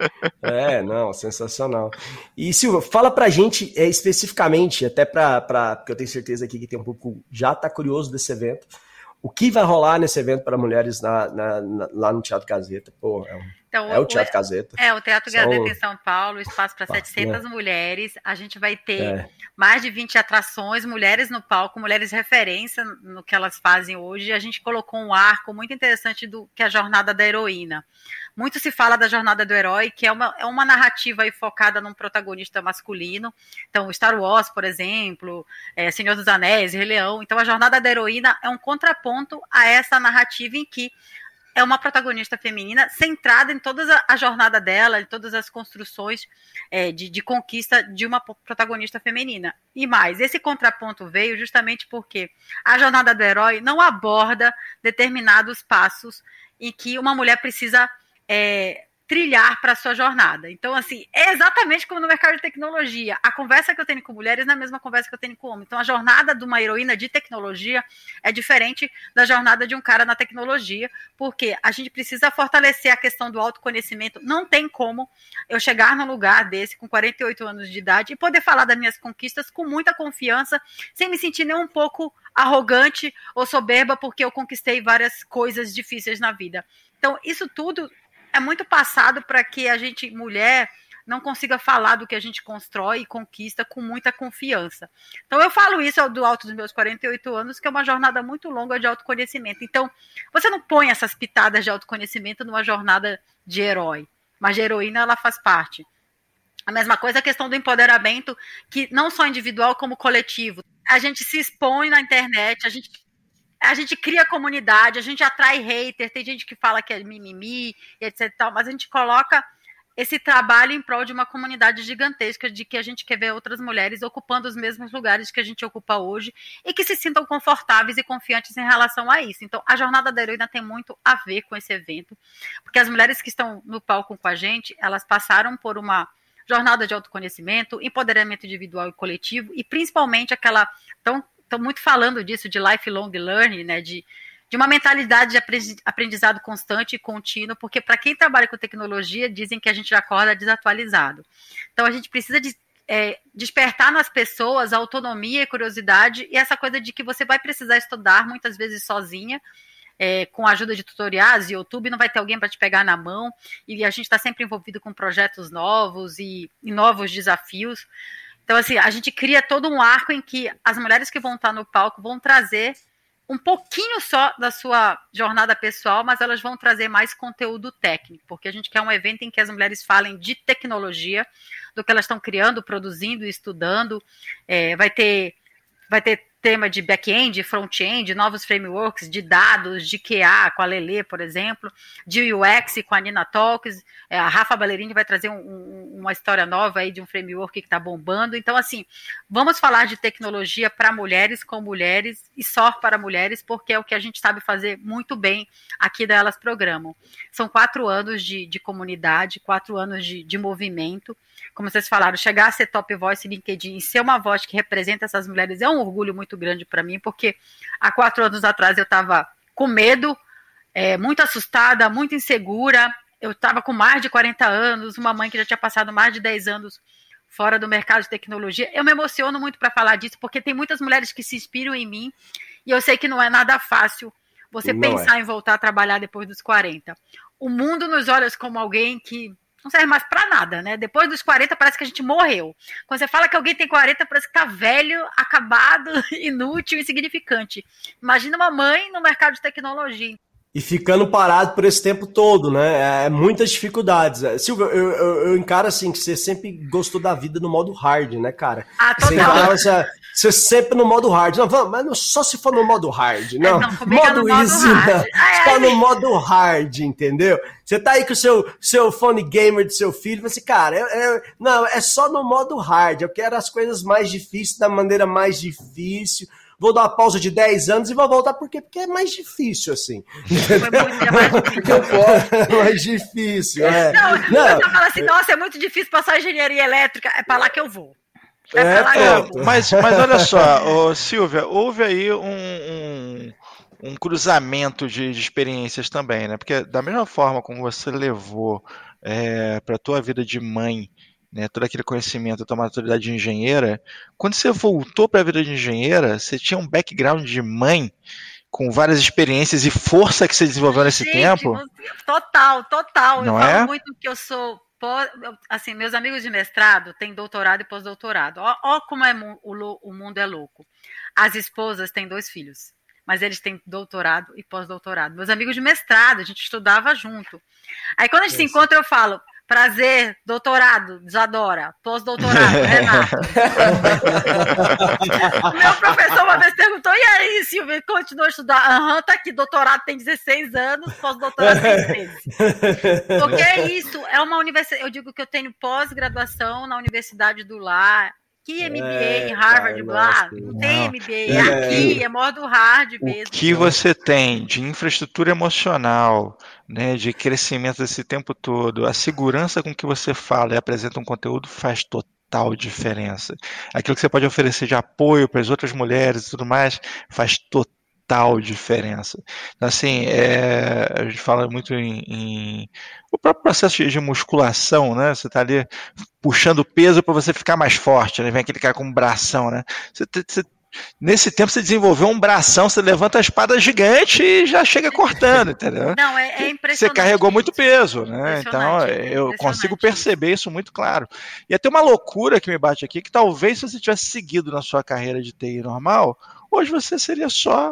É, não, sensacional. E Silva, fala pra gente é, especificamente, até pra, pra, porque eu tenho certeza aqui que tem um pouco, já tá curioso desse evento, o que vai rolar nesse evento para mulheres na, na, na, lá no Teatro Gazeta? Pô, é um... Então, É o Teatro Gazeta. É, o Teatro São... Gazeta em São Paulo, espaço para setecentas é. mulheres. A gente vai ter é. mais de vinte atrações, mulheres no palco, mulheres referência no que elas fazem hoje. A gente colocou um arco muito interessante do que é a jornada da heroína. Muito se fala da jornada do herói, que é uma, é uma narrativa aí focada num protagonista masculino. Então, Star Wars, por exemplo, é, Senhor dos Anéis, Rei Leão. Então, a jornada da heroína é um contraponto a essa narrativa em que é uma protagonista feminina centrada em toda a jornada dela, em todas as construções é, de, de conquista de uma protagonista feminina. E mais, esse contraponto veio justamente porque a jornada do herói não aborda determinados passos em que uma mulher precisa é, trilhar para a sua jornada. Então, assim, é exatamente como no mercado de tecnologia. A conversa que eu tenho com mulheres não é a mesma conversa que eu tenho com homens. Então, a jornada de uma heroína de tecnologia é diferente da jornada de um cara na tecnologia, porque a gente precisa fortalecer a questão do autoconhecimento. Não tem como eu chegar num lugar desse, com quarenta e oito anos de idade, e poder falar das minhas conquistas com muita confiança, sem me sentir nem um pouco arrogante ou soberba, porque eu conquistei várias coisas difíceis na vida. Então, isso tudo é muito passado para que a gente, mulher, não consiga falar do que a gente constrói e conquista com muita confiança. Então, eu falo isso do alto dos meus quarenta e oito anos, que é uma jornada muito longa de autoconhecimento. Então, você não põe essas pitadas de autoconhecimento numa jornada de herói, mas de heroína ela faz parte. A mesma coisa a questão do empoderamento, que não só individual como coletivo. A gente se expõe na internet, a gente... A gente cria comunidade, a gente atrai hater, tem gente que fala que é mimimi, etc e tal, mas a gente coloca esse trabalho em prol de uma comunidade gigantesca, de que a gente quer ver outras mulheres ocupando os mesmos lugares que a gente ocupa hoje e que se sintam confortáveis e confiantes em relação a isso. Então, a Jornada da Heroína tem muito a ver com esse evento, porque as mulheres que estão no palco com a gente, elas passaram por uma jornada de autoconhecimento, empoderamento individual e coletivo, e principalmente aquela... tão Estou muito falando disso, de lifelong learning, né, de, de uma mentalidade de aprendizado constante e contínuo, porque para quem trabalha com tecnologia, dizem que a gente já acorda desatualizado. Então, a gente precisa de, é, despertar nas pessoas a autonomia e curiosidade, e essa coisa de que você vai precisar estudar, muitas vezes sozinha, é, com a ajuda de tutoriais, YouTube, não vai ter alguém para te pegar na mão, e a gente está sempre envolvido com projetos novos e, e novos desafios. Então, assim, a gente cria todo um arco em que as mulheres que vão estar no palco vão trazer um pouquinho só da sua jornada pessoal, mas elas vão trazer mais conteúdo técnico, porque a gente quer um evento em que as mulheres falem de tecnologia, do que elas estão criando, produzindo e estudando. É, vai ter, vai ter tema de back-end, front-end, novos frameworks de dados, de Q A, com a Lelê, por exemplo, de U X com a Nina Talks, a Rafa Ballerini vai trazer um, um, uma história nova aí de um framework que está bombando. Então, assim, vamos falar de tecnologia para mulheres, com mulheres e só para mulheres, porque é o que a gente sabe fazer muito bem aqui da Elas Programam. São quatro anos de, de comunidade, quatro anos de, de movimento. Como vocês falaram, chegar a ser top voice LinkedIn e ser uma voz que representa essas mulheres é um orgulho muito grande para mim, porque há quatro anos atrás eu estava com medo, é, muito assustada, muito insegura. Eu estava com mais de quarenta anos, uma mãe que já tinha passado mais de dez anos fora do mercado de tecnologia. Eu me emociono muito para falar disso, porque tem muitas mulheres que se inspiram em mim, e eu sei que não é nada fácil você não pensar é. em voltar a trabalhar depois dos quarenta. O mundo nos olha como alguém que não serve mais para nada, né? Depois dos quarenta parece que a gente morreu. Quando você fala que alguém tem quarenta, parece que tá velho, acabado, inútil, insignificante. Imagina uma mãe no mercado de tecnologia. E ficando parado por esse tempo todo, né? É muitas dificuldades. Silvia, eu, eu, eu encaro assim, que você sempre gostou da vida no modo hard, né, cara? Ah, total. Você, encara, você, você sempre no modo hard. Não, vamos, mas não, só se for no modo hard. Não, não modo, no easy, modo não. Hard. Ai, Só ai, no modo hard, entendeu? Você tá aí com o seu, seu phone gamer do seu filho, você, cara, é, é, não, é só no modo hard. Eu quero as coisas mais difíceis da maneira mais difícil. Vou dar uma pausa de dez anos e vou voltar. Por quê? Porque é mais difícil, assim. Foi muito é mais difícil. É mais difícil, é. Não, não. Você fala assim, nossa, é muito difícil passar engenharia elétrica. É pra lá que eu vou. É, é pra lá que eu vou. Mas, mas olha só, ô, Silvia, houve aí um, um, um cruzamento de, de experiências também, né? Porque da mesma forma como você levou é, para a tua vida de mãe, né, todo aquele conhecimento, a tua maturidade de engenheira, quando você voltou para a vida de engenheira, você tinha um background de mãe com várias experiências e força que você desenvolveu nesse Gente, tempo. Total, total. Não eu é? falo muito que eu sou... Assim, meus amigos de mestrado têm doutorado e pós-doutorado. Ó, ó como é, o, o mundo é louco. As esposas têm dois filhos, mas eles têm doutorado e pós-doutorado. Meus amigos de mestrado, a gente estudava junto. Aí quando a gente Isso. se encontra, eu falo... Prazer, doutorado, Isadora, pós-doutorado, Renato. Meu professor uma vez perguntou, e aí, Silvia, continua a estudar? Aham, uhum, tá aqui, doutorado tem dezesseis anos, pós-doutorado tem treze. Porque é isso, é uma universidade, eu digo que eu tenho pós-graduação na Universidade do Lar, que M B A é, em Harvard, blá, não tem M B A, é aqui, é modo hard mesmo. O que você tem de infraestrutura emocional, né, de crescimento esse tempo todo, a segurança com que você fala e apresenta um conteúdo faz total diferença. Aquilo que você pode oferecer de apoio para as outras mulheres e tudo mais faz total diferença. Então, assim, é, a gente fala muito em, em o próprio processo de musculação, né? Você está ali puxando peso para você ficar mais forte, né? Vem aquele cara com um bração, né? Você, você, nesse tempo você desenvolveu um bração, você levanta a espada gigante e já chega cortando, entendeu? Não, é, é impressionante. Você carregou muito peso, né? Então eu consigo perceber isso muito claro. E até uma loucura que me bate aqui, que talvez se você tivesse seguido na sua carreira de T I normal, hoje você seria só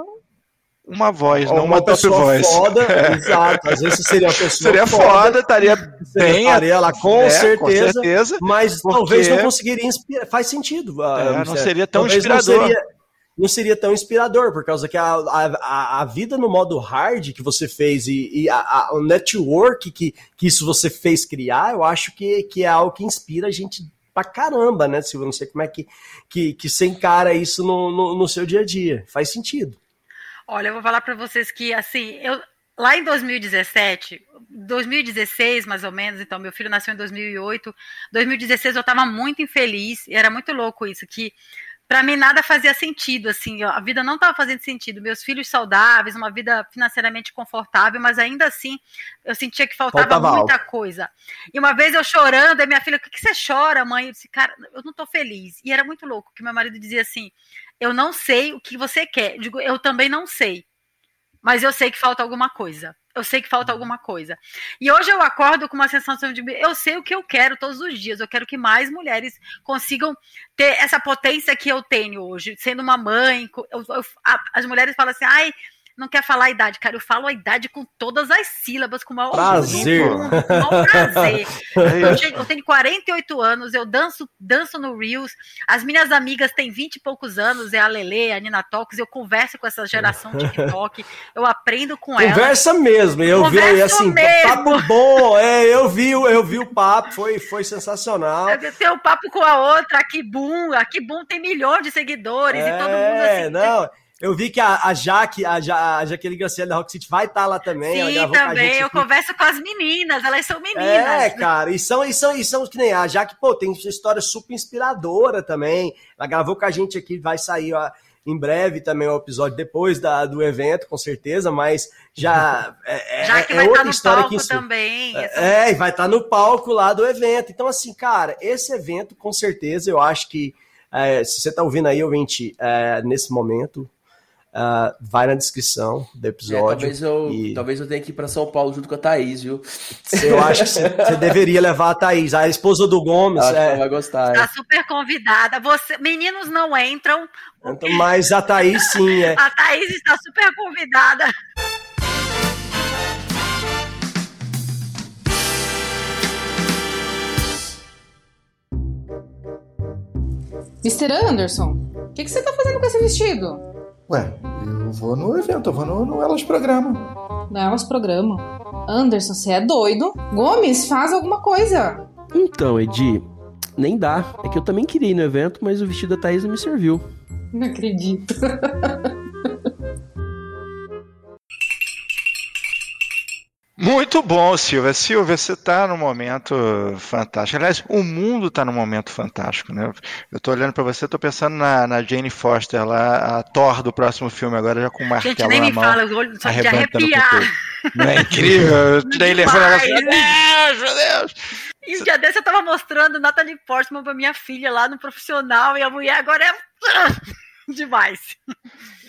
uma voz, Ou não uma, uma top voice. Foda, é. Exato. Às vezes seria uma pessoa seria foda, foda estaria bem, estaria lá com, é, certeza, com certeza, mas porque... talvez não conseguiria inspirar. Faz sentido. É, não seria tão talvez inspirador. Não seria, não seria tão inspirador, por causa que a, a, a vida no modo hard que você fez e, e a, a, o network que, que isso você fez criar, eu acho que, que é algo que inspira a gente pra caramba, né, Silvia? Não sei como é que, que, que você encara isso no, no, no seu dia a dia. Faz sentido. Olha, eu vou falar para vocês que, assim, eu lá em dois mil e dezessete, dois mil e dezesseis mais ou menos, então meu filho nasceu em dois mil e oito, dois mil e dezesseis eu estava muito infeliz, e era muito louco isso, que para mim nada fazia sentido, assim, a vida não estava fazendo sentido, meus filhos saudáveis, uma vida financeiramente confortável, mas ainda assim eu sentia que faltava Faltava muita algo. coisa. E uma vez eu chorando, a minha filha, o que, que você chora, mãe? Eu disse, cara, eu não tô feliz. E era muito louco, que meu marido dizia assim, eu não sei o que você quer. Eu digo, eu também não sei, mas eu sei que falta alguma coisa. Eu sei que falta alguma coisa. E hoje eu acordo com uma sensação de, eu sei o que eu quero todos os dias, eu quero que mais mulheres consigam ter essa potência que eu tenho hoje, sendo uma mãe. Eu, eu, as mulheres falam assim, ai, não quer falar a idade, cara, eu falo a idade com todas as sílabas, com o maior prazer. Mundo, com o maior prazer. eu, eu tenho quarenta e oito anos, eu danço, danço no Reels, as minhas amigas têm vinte e poucos anos, é a Lelê, a Nina Talks, eu converso com essa geração TikTok, eu aprendo com ela. Conversa mesmo, eu Converso vi assim, mesmo. papo bom, é, eu vi, eu vi o papo, foi, foi sensacional. Eu tenho um papo com a outra, a Kibum, a Kibum tem milhões de seguidores, é, e todo mundo assim... não... Eu vi que a, a Jaque, a, ja, a Jaqueline Graciela da Rock City vai estar tá lá também. Sim, ela também. Eu aqui. converso com as meninas, elas são meninas. É, cara, e são, e são, e são que nem a Jaque, pô, tem uma história super inspiradora também. Ela gravou com a gente aqui, vai sair ó, em breve também o episódio depois da, do evento, com certeza, mas já é, já que é vai outra estar no história palco que também. É, e vai estar no palco lá do evento. Então, assim, cara, esse evento, com certeza, eu acho que, é, se você tá ouvindo aí, ouvinte, é, nesse momento... Uh, vai na descrição do episódio. É, talvez, eu, e... talvez eu tenha que ir para São Paulo junto com a Thaís, viu? Eu acho que você, você deveria levar a Thaís, a esposa do Gomes. Acho é... que ela vai gostar. Está é. super convidada. Você... Meninos não entram. Mas a Thaís sim. É. A Thaís está super convidada. mister Anderson, o que, que você tá fazendo com esse vestido? Ué, eu vou no evento, eu vou no, no Elas Programa. No Elas Programa? Anderson, você é doido? Gomes, faz alguma coisa. Então, Edi, nem dá. É que eu também queria ir no evento, mas o vestido da Thaís não me serviu. Não acredito. Muito bom, Silvia. Silvia, você está num momento fantástico. Aliás, o mundo está num momento fantástico, né? Eu estou olhando para você, estou pensando na, na Jane Foster, lá, a Thor do próximo filme, agora já com o martelo Gente, nem na me mão. fala, eu olho só de arrepiar. Não é incrível? O trailer foi um negócio, meu Deus, meu Deus. E um dia desse eu estava mostrando Natalie Portman para minha filha lá no profissional, e a mulher agora é demais.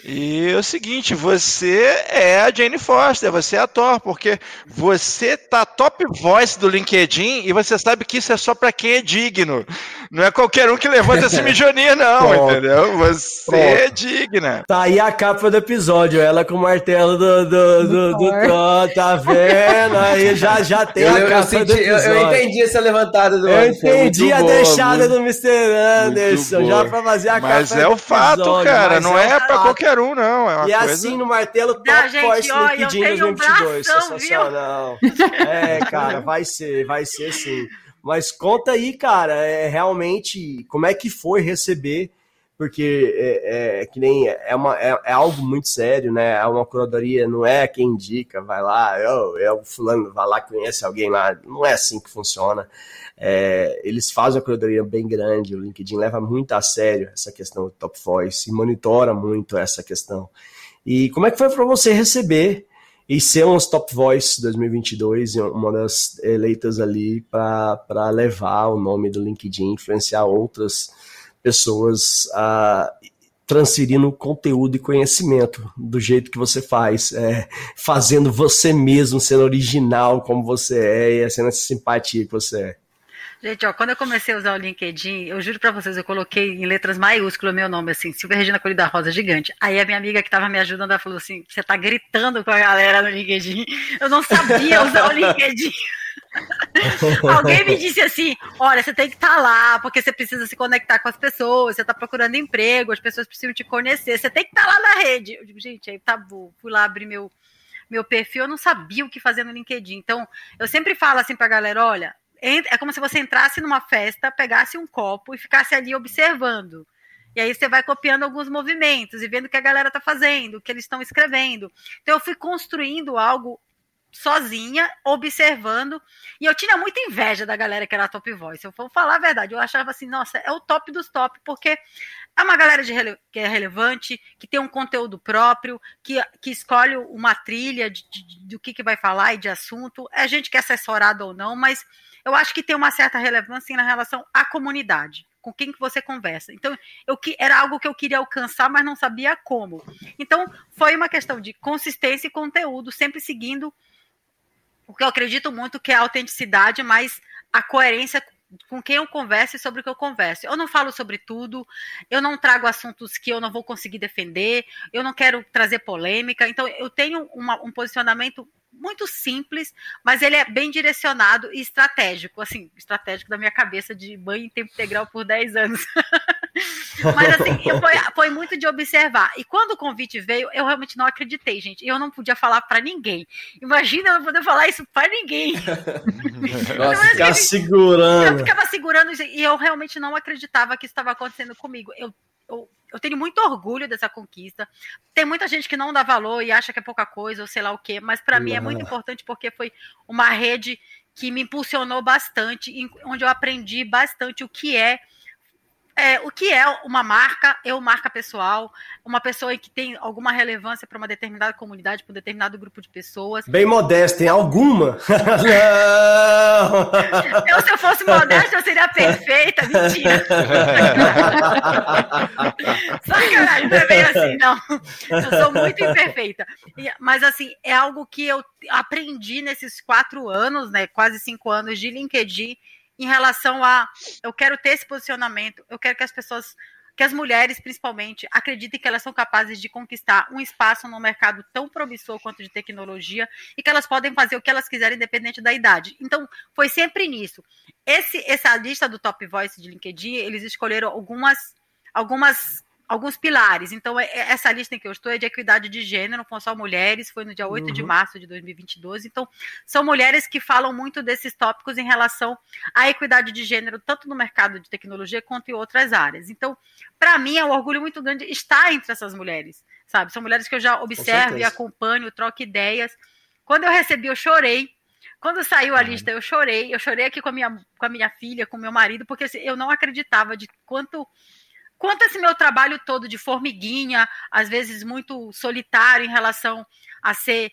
E é o seguinte, você é a Jane Foster, você é a Thor, porque você tá top voice do LinkedIn e você sabe que isso é só para quem é digno. Não é qualquer um que levanta esse mijonir, não, Pronto. entendeu? Você Pronto. é digna. Tá aí a capa do episódio, ela com o martelo do, do, do, do Thor, tá vendo? Aí já, já tem eu, a capa eu senti, do episódio. Eu, eu entendi essa levantada do Eu Anderson, entendi a boa, deixada muito, do mister Anderson, já pra fazer a Mas capa é do o fato, episódio, cara, não é, é pra fato. qualquer um, não. É uma e coisa... assim no martelo Top não, gente, Voice ó, LinkedIn dois mil e vinte e dois, sensacional. É, cara, vai ser, vai ser sim. Mas conta aí, cara, é, realmente, como é que foi receber, porque é, é, que nem, é, uma, é, é algo muito sério, né? É uma curadoria, não é quem indica, vai lá, eu, eu fulano, vai lá, conhece alguém lá, não é assim que funciona. É, eles fazem uma curadoria bem grande, o LinkedIn leva muito a sério essa questão do Top Voice e monitora muito essa questão. E como é que foi para você receber e ser um Top Voice dois mil e vinte e dois, uma das eleitas ali para levar o nome do LinkedIn, influenciar outras pessoas a transferindo conteúdo e conhecimento do jeito que você faz, é, fazendo você mesmo, sendo original como você é e sendo essa simpatia que você é. Gente, ó, quando eu comecei a usar o LinkedIn, eu juro pra vocês, eu coloquei em letras maiúsculas o meu nome, assim, Silvia Regina Colida Rosa, gigante. Aí a minha amiga que tava me ajudando, ela falou assim, você tá gritando com a galera no LinkedIn. Eu não sabia usar o LinkedIn. Alguém me disse assim, olha, você tem que estar lá, porque você precisa se conectar com as pessoas, você tá procurando emprego, as pessoas precisam te conhecer, você tem que estar lá na rede. Eu digo, gente, aí tá bom, fui lá abrir meu, meu perfil, eu não sabia o que fazer no LinkedIn. Então, eu sempre falo assim pra galera, olha, é como se você entrasse numa festa, pegasse um copo e ficasse ali observando. E aí você vai copiando alguns movimentos e vendo o que a galera tá fazendo, o que eles estão escrevendo. Então eu fui construindo algo sozinha, observando, e eu tinha muita inveja da galera que era Top Voice. Eu vou falar a verdade, eu achava assim, nossa, é o top dos top, porque é uma galera de rele- que é relevante, que tem um conteúdo próprio, que, que escolhe uma trilha de, de, de, do que, que vai falar e de assunto. É gente que é assessorada ou não, mas eu acho que tem uma certa relevância na relação à comunidade, com quem que você conversa. Então, eu, era algo que eu queria alcançar, mas não sabia como. Então, foi uma questão de consistência e conteúdo, sempre seguindo o que eu acredito muito que é a autenticidade, mas a coerência com quem eu converso e sobre o que eu converso. Eu não falo sobre tudo, eu não trago assuntos que eu não vou conseguir defender, eu não quero trazer polêmica, então eu tenho uma, um posicionamento muito simples, mas ele é bem direcionado e estratégico, assim, estratégico da minha cabeça de banho em tempo integral por dez anos. Mas assim, eu, foi, foi muito de observar. E quando o convite veio, eu realmente não acreditei, gente. Eu não podia falar pra ninguém. Imagina eu não poder falar isso pra ninguém. Nossa, ficar segurando. Eu ficava segurando e eu realmente não acreditava que isso estava acontecendo comigo. Eu, eu, eu tenho muito orgulho dessa conquista. Tem muita gente que não dá valor e acha que é pouca coisa ou sei lá o quê, mas para mim é muito importante porque foi uma rede que me impulsionou bastante, onde eu aprendi bastante o que é É, o que é uma marca, eu marca pessoal, uma pessoa que tem alguma relevância para uma determinada comunidade, para um determinado grupo de pessoas. Bem modesta, tem alguma? Não! Eu, se eu fosse modesta, eu seria perfeita, mentira. Sacanagem, não é bem assim, não. Eu sou muito imperfeita. Mas, assim, é algo que eu aprendi nesses quatro anos, né, quase cinco anos de LinkedIn, em relação a, eu quero ter esse posicionamento, eu quero que as pessoas, que as mulheres principalmente, acreditem que elas são capazes de conquistar um espaço no mercado tão promissor quanto de tecnologia e que elas podem fazer o que elas quiserem independente da idade. Então, foi sempre nisso. Esse, essa lista do Top Voice de LinkedIn, eles escolheram algumas, algumas alguns pilares. Então, essa lista em que eu estou é de equidade de gênero, com só mulheres, foi no dia oito uhum. de março de dois mil e vinte e dois. Então, são mulheres que falam muito desses tópicos em relação à equidade de gênero, tanto no mercado de tecnologia quanto em outras áreas. Então, para mim, é um orgulho muito grande estar entre essas mulheres, sabe? São mulheres que eu já observo e acompanho, troco ideias. Quando eu recebi, eu chorei. Quando saiu a lista, eu chorei. Eu chorei aqui com a minha, com a minha filha, com o meu marido, porque assim, eu não acreditava de quanto... Quanto esse meu trabalho todo de formiguinha, às vezes muito solitário em relação a ser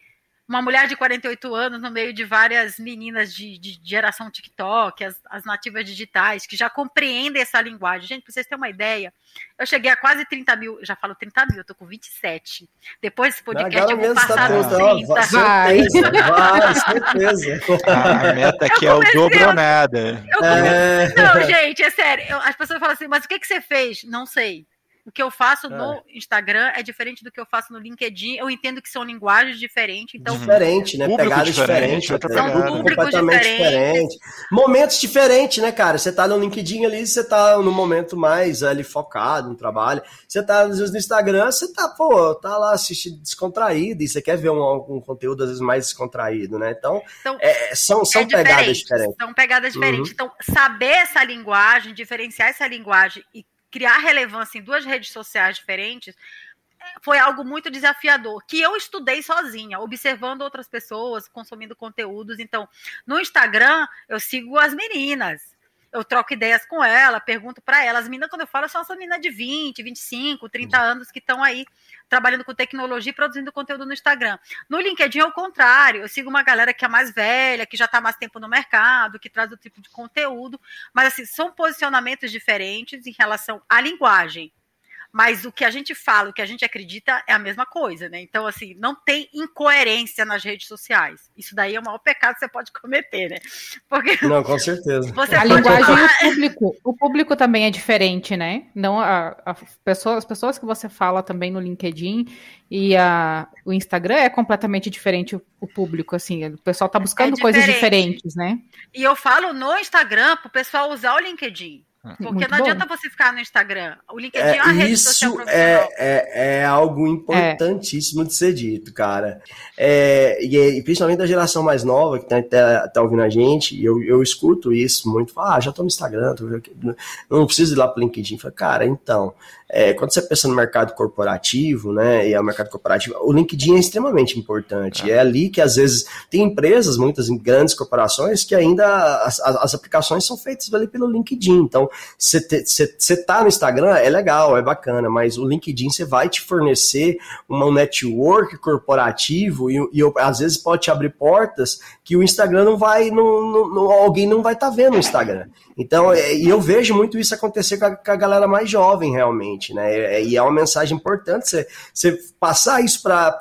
uma mulher de quarenta e oito anos no meio de várias meninas de, de geração TikTok, as, as nativas digitais, que já compreendem essa linguagem. Gente, para vocês terem uma ideia, eu cheguei a quase trinta mil, já falo trinta mil, eu tô com vinte e sete. Depois desse podcast eu vou passar dos trinta. Vai, vai, certeza. A meta aqui é o dobro ou nada. É... Não, gente, é sério. Eu, as pessoas falam assim, mas o que, que você fez? Não sei. O que eu faço no Instagram é diferente do que eu faço no LinkedIn. Eu entendo que são linguagens diferentes. Então, diferente, né? Público Pegada diferente, diferente. outra São pegada. públicos completamente diferentes. diferente. Momentos diferentes, né, cara? Você tá no LinkedIn ali, você tá no momento mais ali focado no trabalho. Você tá, às vezes, no Instagram, você tá, pô, tá lá assistindo descontraído e você quer ver um, um conteúdo, às vezes, mais descontraído, né? Então, então é, são, são é pegadas diferentes. São pegadas diferentes. Uhum. Então, saber essa linguagem, diferenciar essa linguagem e criar relevância em duas redes sociais diferentes foi algo muito desafiador, que eu estudei sozinha, observando outras pessoas, consumindo conteúdos. Então, no Instagram, eu sigo as meninas, eu troco ideias com ela, pergunto para elas. As meninas, quando eu falo, são essas meninas de vinte, vinte e cinco, trinta anos que estão aí trabalhando com tecnologia e produzindo conteúdo no Instagram. No LinkedIn é o contrário, eu sigo uma galera que é mais velha, que já está mais tempo no mercado, que traz outro tipo de conteúdo, mas assim, são posicionamentos diferentes em relação à linguagem. Mas o que a gente fala, o que a gente acredita é a mesma coisa, né? Então, assim, não tem incoerência nas redes sociais. Isso daí é o maior pecado que você pode cometer, né? Porque não, com certeza. Você a pode linguagem falar... e o público. O público também é diferente, né? Não a, a pessoa, as pessoas que você fala também no LinkedIn e a, o Instagram é completamente diferente o, o público, assim. O pessoal tá buscando é coisas diferentes, né? E eu falo no Instagram pro pessoal usar o LinkedIn. Porque Muito não bom. adianta você ficar no Instagram. O LinkedIn É, é uma rede social isso profissional. é, é, é algo importantíssimo é. de ser dito, cara. É, e, e principalmente da geração mais nova, que tá, tá ouvindo a gente, eu, eu escuto isso muito. Ah, já tô no Instagram, tô, não preciso ir lá pro LinkedIn. Falo, cara, então, é, quando você pensa no mercado corporativo, né, e é o mercado corporativo, o LinkedIn é extremamente importante. É, é ali que, às vezes, tem empresas, muitas grandes corporações, que ainda as, as aplicações são feitas ali pelo LinkedIn. Então, você tá no Instagram, é legal, é bacana, mas o LinkedIn você vai te fornecer um network corporativo e, e às vezes pode te abrir portas que o Instagram não vai, não, não, alguém não vai estar tá vendo o Instagram. Então, é, e eu vejo muito isso acontecer com a, com a galera mais jovem, realmente, né? É, e é uma mensagem importante você passar isso para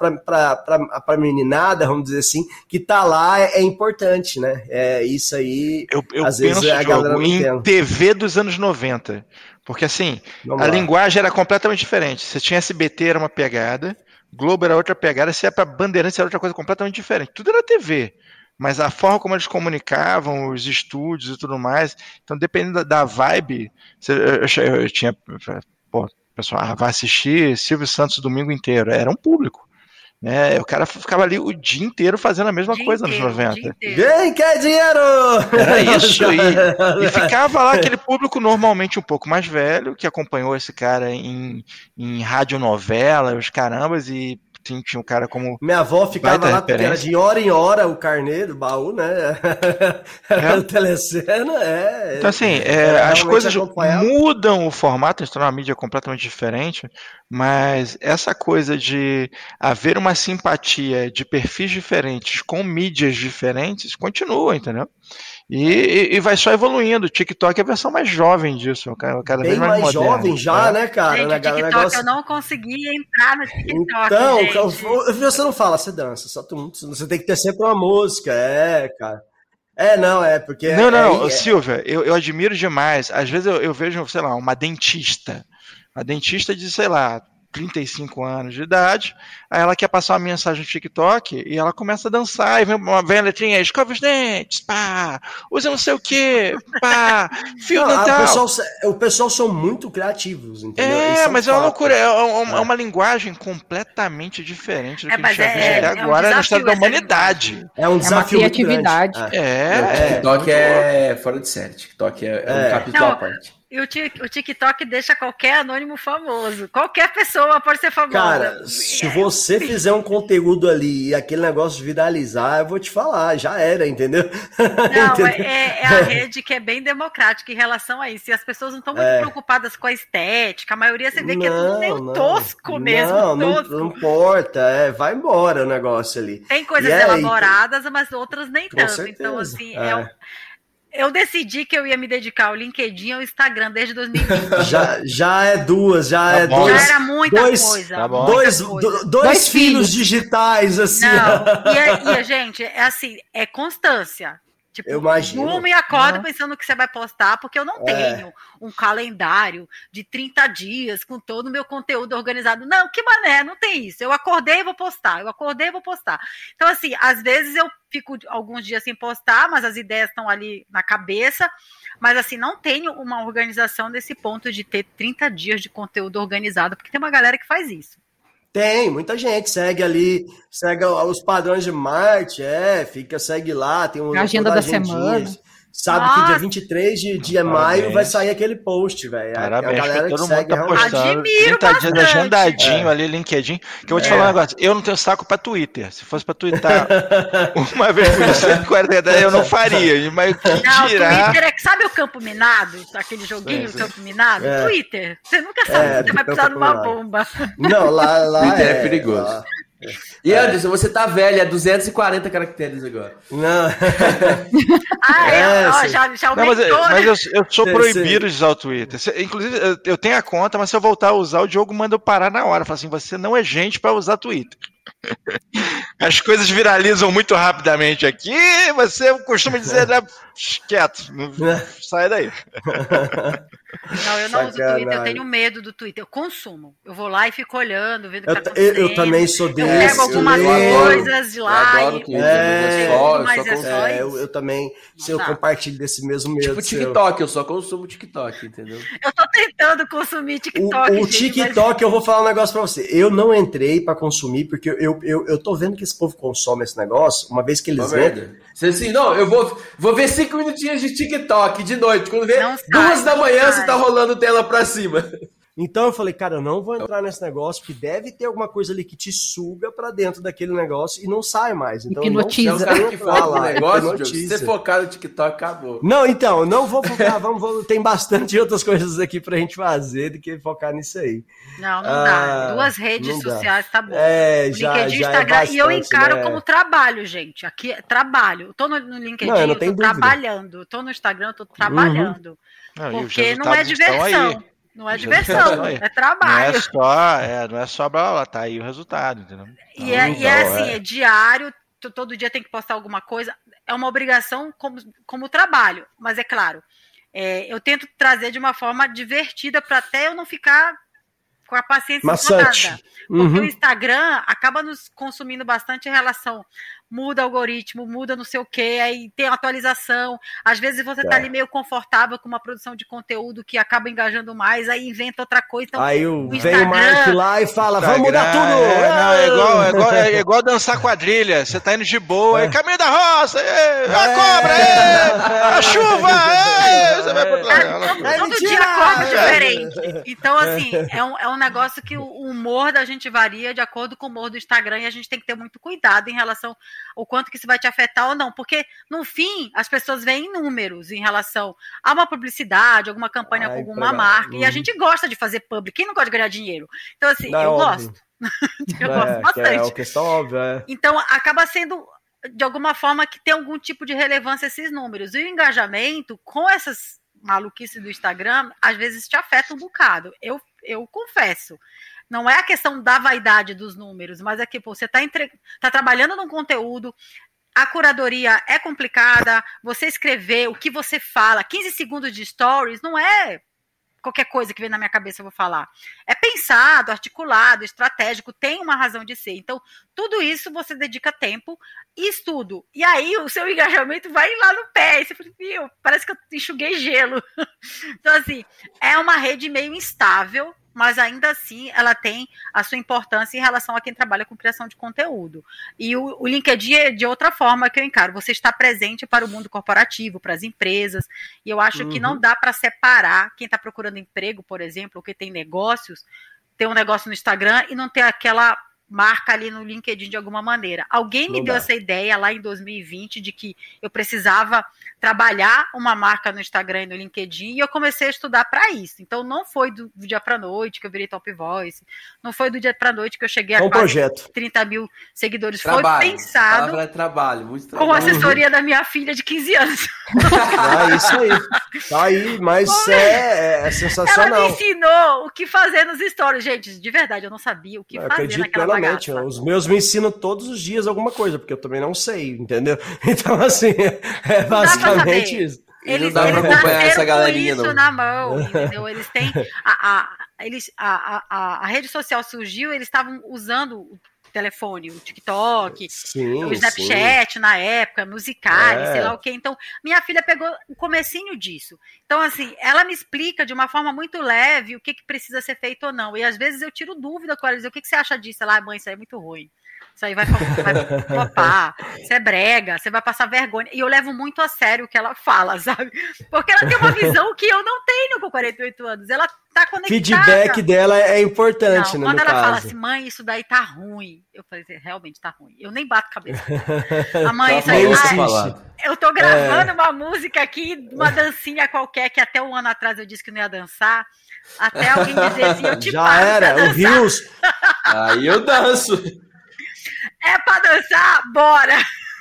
a meninada, vamos dizer assim, que tá lá é, é importante, né? É, isso aí, eu, eu às penso, vezes, a galera Diogo, não em entende. T V dos anos noventa. Porque, assim, Vamos a lá. linguagem era completamente diferente. Você tinha S B T, era uma pegada, Globo era outra pegada, se ia para Bandeirantes era outra coisa completamente diferente. Tudo era T V. Mas a forma como eles comunicavam, os estúdios e tudo mais, então dependendo da, da vibe, eu, eu, eu tinha, pô, pessoal, ah, vai assistir Silvio Santos o domingo inteiro, era um público, né? O cara ficava ali o dia inteiro fazendo a mesma Dia coisa inteiro, nos noventa. dia inteiro. Quem quer dinheiro? Era isso, e, e ficava lá aquele público normalmente um pouco mais velho, que acompanhou esse cara em, em radionovela, os carambas, e tinha, tinha um cara como... Minha avó ficava lá, porque era referência. de hora em hora o carnê do baú, né? É. O telecena, é. Então, assim, é, é, as realmente coisas acompanhava. mudam o formato, a gente está numa mídia completamente diferente, mas essa coisa de haver uma simpatia de perfis diferentes com mídias diferentes continua, entendeu? E, e, e vai só evoluindo. O TikTok é a versão mais jovem disso, cada, cada Bem vez mais, mais moderno. jovem já, né, cara? Gente, Na- o TikTok negócio- eu não conseguia entrar no TikTok, Então, gente. você não fala, você dança, só tu, você tem que ter sempre uma música, é, cara. É, não, é, porque... Não, não, é, é, Silvia, eu, eu admiro demais. Às vezes eu, eu vejo, sei lá, uma dentista. Uma dentista de, sei lá, trinta e cinco anos de idade, aí ela quer passar uma mensagem no TikTok e ela começa a dançar, e vem uma velha letrinha, escova os dentes, pá, usa não sei o que, pá, fio não, dental. o, pessoal, o pessoal são muito criativos, entendeu? Isso É, um mas é uma fato. loucura, é uma, é uma linguagem completamente diferente do que É, a gente mas já é- viu é- até é um agora na desafio história da essa humanidade. É um desafio muito grande. criatividade. É. É, O TikTok é fora de série. TikTok é, é um É. capítulo Não, à parte. E o, o TikTok deixa qualquer anônimo famoso. Qualquer pessoa pode ser famosa. Cara, se você fizer um conteúdo ali e aquele negócio viralizar, eu vou te falar, já era, entendeu? Não, entendeu? É, é a rede que é bem democrática em relação a isso. E as pessoas não estão muito é. preocupadas com a estética. A maioria você vê que não, é tudo meio não, tosco mesmo. Não, tosco. Não, não importa. É, vai embora o negócio ali. Tem coisas e elaboradas, aí, mas outras nem tanto. Certeza. Então, assim, é. é um... Eu decidi que eu ia me dedicar ao LinkedIn e ao Instagram desde dois mil e vinte. Já, já é duas, já tá é bom. dois. Já era muita dois, coisa. Tá muita dois, coisa. Do, dois, dois filhos digitais, assim. Não, e, e, gente, é assim, é constância. Tipo, eu imagino. Durmo e acordo uhum. pensando que você vai postar, porque eu não é. tenho um calendário de trinta dias com todo o meu conteúdo organizado. Não, que mané, não tem isso. Eu acordei e vou postar, eu acordei e vou postar. Então, assim, às vezes eu fico alguns dias sem postar, mas as ideias estão ali na cabeça. Mas, assim, não tenho uma organização nesse ponto de ter trinta dias de conteúdo organizado, porque tem uma galera que faz isso. Tem, muita gente segue ali, segue os padrões de Marte, é, fica, segue lá, tem um... A agenda da semana. Sabe Nossa. que dia vinte e três de, de maio vai sair aquele post, velho. Parabéns, a galera todo que mundo segue tá postando Admiro trinta dias agendadinho é. ali, LinkedIn, que eu vou te é. falar um negócio, eu não tenho saco pra Twitter, se fosse pra twittar uma vez por cento e quarenta eu não faria, mas o que não, dirá... Twitter é que sabe o campo minado, aquele joguinho, o campo minado? É. Twitter, você nunca sabe É, se você vai precisar de uma bomba. Não, lá, lá Twitter é, é perigoso. Lá... E Anderson, você tá velho, é duzentos e quarenta caracteres agora. Não. ah, é, é ó, já, já não, mas, aumentou, mas né? eu, eu sou sim, proibido sim. de usar o Twitter. Inclusive, eu, eu tenho a conta, mas se eu voltar a usar, o Diogo manda eu parar na hora. Fala assim, você não é gente pra usar Twitter. As coisas viralizam muito rapidamente aqui, você costuma dizer, né, quieto, não, sai daí. Não, eu não Sacanagem. uso o Twitter, eu tenho medo do Twitter, eu consumo, eu vou lá e fico olhando, vendo o que eu, tá acontecendo. Eu, eu também sou desse. Eu pego algumas eu coisas de lá eu adoro e... Twitter, é, só, mas eu, só é é, eu, eu também, se eu tá. compartilho desse mesmo medo. Tipo TikTok, eu só consumo TikTok, entendeu? Eu tô tentando consumir TikTok, O, o gente, TikTok, mas... eu vou falar um negócio pra você, eu não entrei pra consumir, porque eu, eu, eu tô vendo que esse povo consome esse negócio, uma vez que eles entram... Você assim, não, eu vou, vou ver cinco minutinhos de TikTok de noite, quando vê não duas sai, da manhã sai. Você tá rolando tela pra cima. Então eu falei, cara, eu não vou entrar nesse negócio, porque deve ter alguma coisa ali que te suga pra dentro daquele negócio e não sai mais. Então, hipnotiza. Não, é o cara que foca no negócio, se você focar no TikTok, acabou. Não, então, não vou focar, vamos, vamos, tem bastante outras coisas aqui pra gente fazer do que focar nisso aí. Não, não ah, dá. Duas redes sociais, tá bom. É, o já, LinkedIn, já Instagram, é bastante, e eu encaro né? como trabalho, gente. Aqui é trabalho. Eu tô no, no LinkedIn, não, eu, não eu tô tenho trabalhando. Eu tô no Instagram, eu tô trabalhando. Uhum. Não, porque não é diversão. Não é diversão, é trabalho. Não é só, é, não é só blá, blá, blá, tá aí o resultado, entendeu? E é, e é assim, é diário, todo dia tem que postar alguma coisa. É uma obrigação como, como trabalho, mas é claro, é, eu tento trazer de uma forma divertida para até eu não ficar com a paciência esgotada. Porque uhum. o Instagram acaba nos consumindo bastante em relação... Muda algoritmo, muda não sei o que, aí tem atualização. Às vezes você é. tá ali meio confortável com uma produção de conteúdo que acaba engajando mais, aí inventa outra coisa. Então, aí o, o Instagram, vem o Mark lá e fala, vamos mudar tudo! É, não, é, igual, é, igual, é igual dançar quadrilha. Você tá indo de boa, é. aí caminho da roça, é, a é. cobra, é, a chuva, é, você vai pro outro lado. É, todo dia acorda diferente. Então, assim, é um, é um negócio que o humor da gente varia de acordo com o humor do Instagram e a gente tem que ter muito cuidado em relação o quanto que isso vai te afetar ou não, porque no fim as pessoas veem números em relação a uma publicidade, alguma campanha Ai, com alguma legal. marca, hum. e a gente gosta de fazer publi, quem não gosta de ganhar dinheiro? Então assim, não, eu gosto, eu é, gosto bastante. É uma questão óbvia. É. Então acaba sendo de alguma forma que tem algum tipo de relevância esses números, e o engajamento com essas maluquices do Instagram, às vezes te afeta um bocado, eu, eu confesso. Não é a questão da vaidade dos números, mas é que pô, você está entre... tá trabalhando num conteúdo, a curadoria é complicada, você escrever o que você fala, quinze segundos de stories, não é qualquer coisa que vem na minha cabeça eu vou falar. É pensado, articulado, estratégico, tem uma razão de ser. Então, tudo isso você dedica tempo e estudo. E aí o seu engajamento vai lá no pé. E você fala, viu, parece que eu enxuguei gelo. Então, assim, é uma rede meio instável, mas ainda assim ela tem a sua importância em relação a quem trabalha com criação de conteúdo. E o, o LinkedIn é de outra forma que eu encaro. Você está presente para o mundo corporativo, para as empresas, e eu acho uhum. que não dá para separar quem está procurando emprego, por exemplo, ou quem tem negócios, ter um negócio no Instagram e não ter aquela marca ali no LinkedIn de alguma maneira. Alguém me não deu dá. essa ideia lá em dois mil e vinte de que eu precisava trabalhar uma marca no Instagram e no LinkedIn, e eu comecei a estudar para isso. Então não foi do, do dia para noite que eu virei Top Voice, não foi do dia para noite que eu cheguei a um quase projeto. trinta mil seguidores. Trabalho. Foi pensado é trabalho, muito trabalho. com assessoria da minha filha de quinze anos. Ah, isso aí. Tá aí, mas é, é sensacional. Ela me ensinou o que fazer nos stories. Gente, de verdade, eu não sabia o que eu fazer acredito naquela plenamente. bagaça. Os meus me ensinam todos os dias alguma coisa, porque eu também não sei, entendeu? Então, assim, é basicamente isso. Eles, não dá eles pra acompanhar essa galerinha, isso não. na mão, entendeu? Eles têm a, a, eles, a, a, a rede social surgiu, eles estavam usando o telefone, o TikTok, sim, o Snapchat sim. na época, Musicali, é. sei lá o que. Então, minha filha pegou o comecinho disso. Então, assim, ela me explica de uma forma muito leve o que, que precisa ser feito ou não. E às vezes eu tiro dúvida com ela, dizer, o que, que você acha disso? Ela, ah, mãe, isso aí é muito ruim. Isso aí vai, vai flopar, isso é brega, você vai passar vergonha. E eu levo muito a sério o que ela fala, sabe? Porque ela tem uma visão que eu não tenho com quarenta e oito anos. Ela tá conectada. Feedback dela é importante, não, né, quando ela caso. fala assim, mãe, isso daí tá ruim. Eu falei, realmente tá ruim. Eu nem bato cabeça. A mãe, isso aí... Ah, eu tô gravando é. uma música aqui, uma dancinha qualquer, que até um ano atrás eu disse que não ia dançar. Até alguém dizer assim, eu te Já pago era, o Rios. Aí eu danço. É pra dançar? Bora!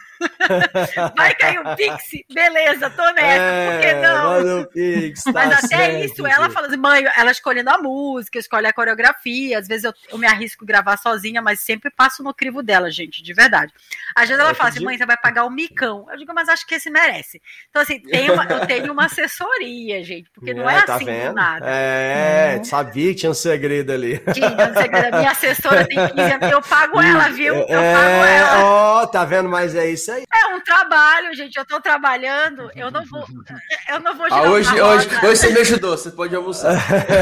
Vai cair o Pix? Beleza, tô nessa, é, por que não? Manda o Pix, tá Mas até certo, isso, ela fala assim, mãe, ela escolhendo a música, escolhe a coreografia, às vezes eu, eu me arrisco gravar sozinha, mas sempre passo no crivo dela, gente, de verdade. Às vezes ela eu fala assim, mãe, você vai pagar o micão. Eu digo, mas acho que esse merece. Então assim, tem uma, eu tenho uma assessoria, gente, porque não é, é tá assim vendo? do nada. É, hum. sabia que tinha um segredo ali. Tinha um segredo, a minha assessora tem quinze anos, eu pago ela, viu? Eu é, pago ela. Ó, oh, tá vendo, mas é isso aí. É um trabalho, gente. Eu tô trabalhando. Eu não vou. Eu não vou ah, hoje, hoje, hoje você me ajudou. Você pode almoçar.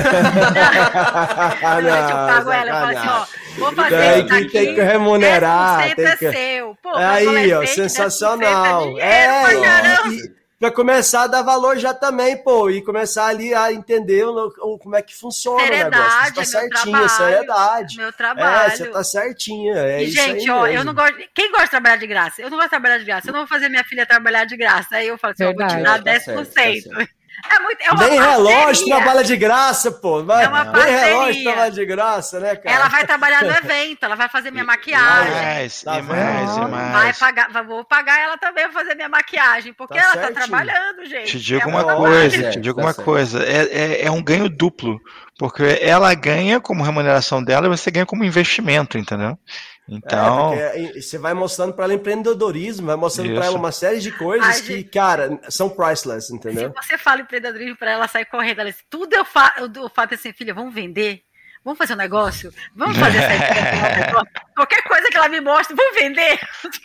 não, não, eu pago ela. Eu falo assim, ó. Vou fazer tem isso que, aqui. Tem que remunerar. Tem que... é seu. Pô, aí, ó, sensacional. É, e, pra começar a dar valor já também, pô, e começar ali a entender o, o, como é que funciona seriedade, o negócio. Você tá certinho, trabalho, seriedade. Meu trabalho. É, você tá certinho. É e, isso gente, aí ó, mesmo. eu não gosto. Quem gosta de trabalhar de graça? Eu não gosto de trabalhar de graça. Eu não vou fazer minha filha trabalhar de graça. Aí eu falo assim, eu vou te dar dez por cento. Tá certo, tá certo. É muito, é uma nem parceria. relógio trabalha de graça, pô. Vai, é uma nem parceria. relógio trabalha de graça, né, cara? Ela vai trabalhar no evento, ela vai fazer minha maquiagem. Mais, tá e mais, e mais. Vai pagar, vou pagar ela também pra fazer minha maquiagem, porque tá ela certinho. Tá trabalhando, gente. Te digo é uma coisa, é, te digo tá uma certo. coisa. É, é, é um ganho duplo, porque ela ganha como remuneração dela e você ganha como investimento, entendeu? Então, é, você vai mostrando para ela empreendedorismo, vai mostrando para ela uma série de coisas Ai, que, gente, cara, são priceless, entendeu? Se você fala empreendedorismo para ela sair correndo, ela diz, tudo eu faço, eu faço assim, filha, vamos vender? Vamos fazer um negócio? Vamos fazer essa qualquer coisa que ela me mostre, vamos vender?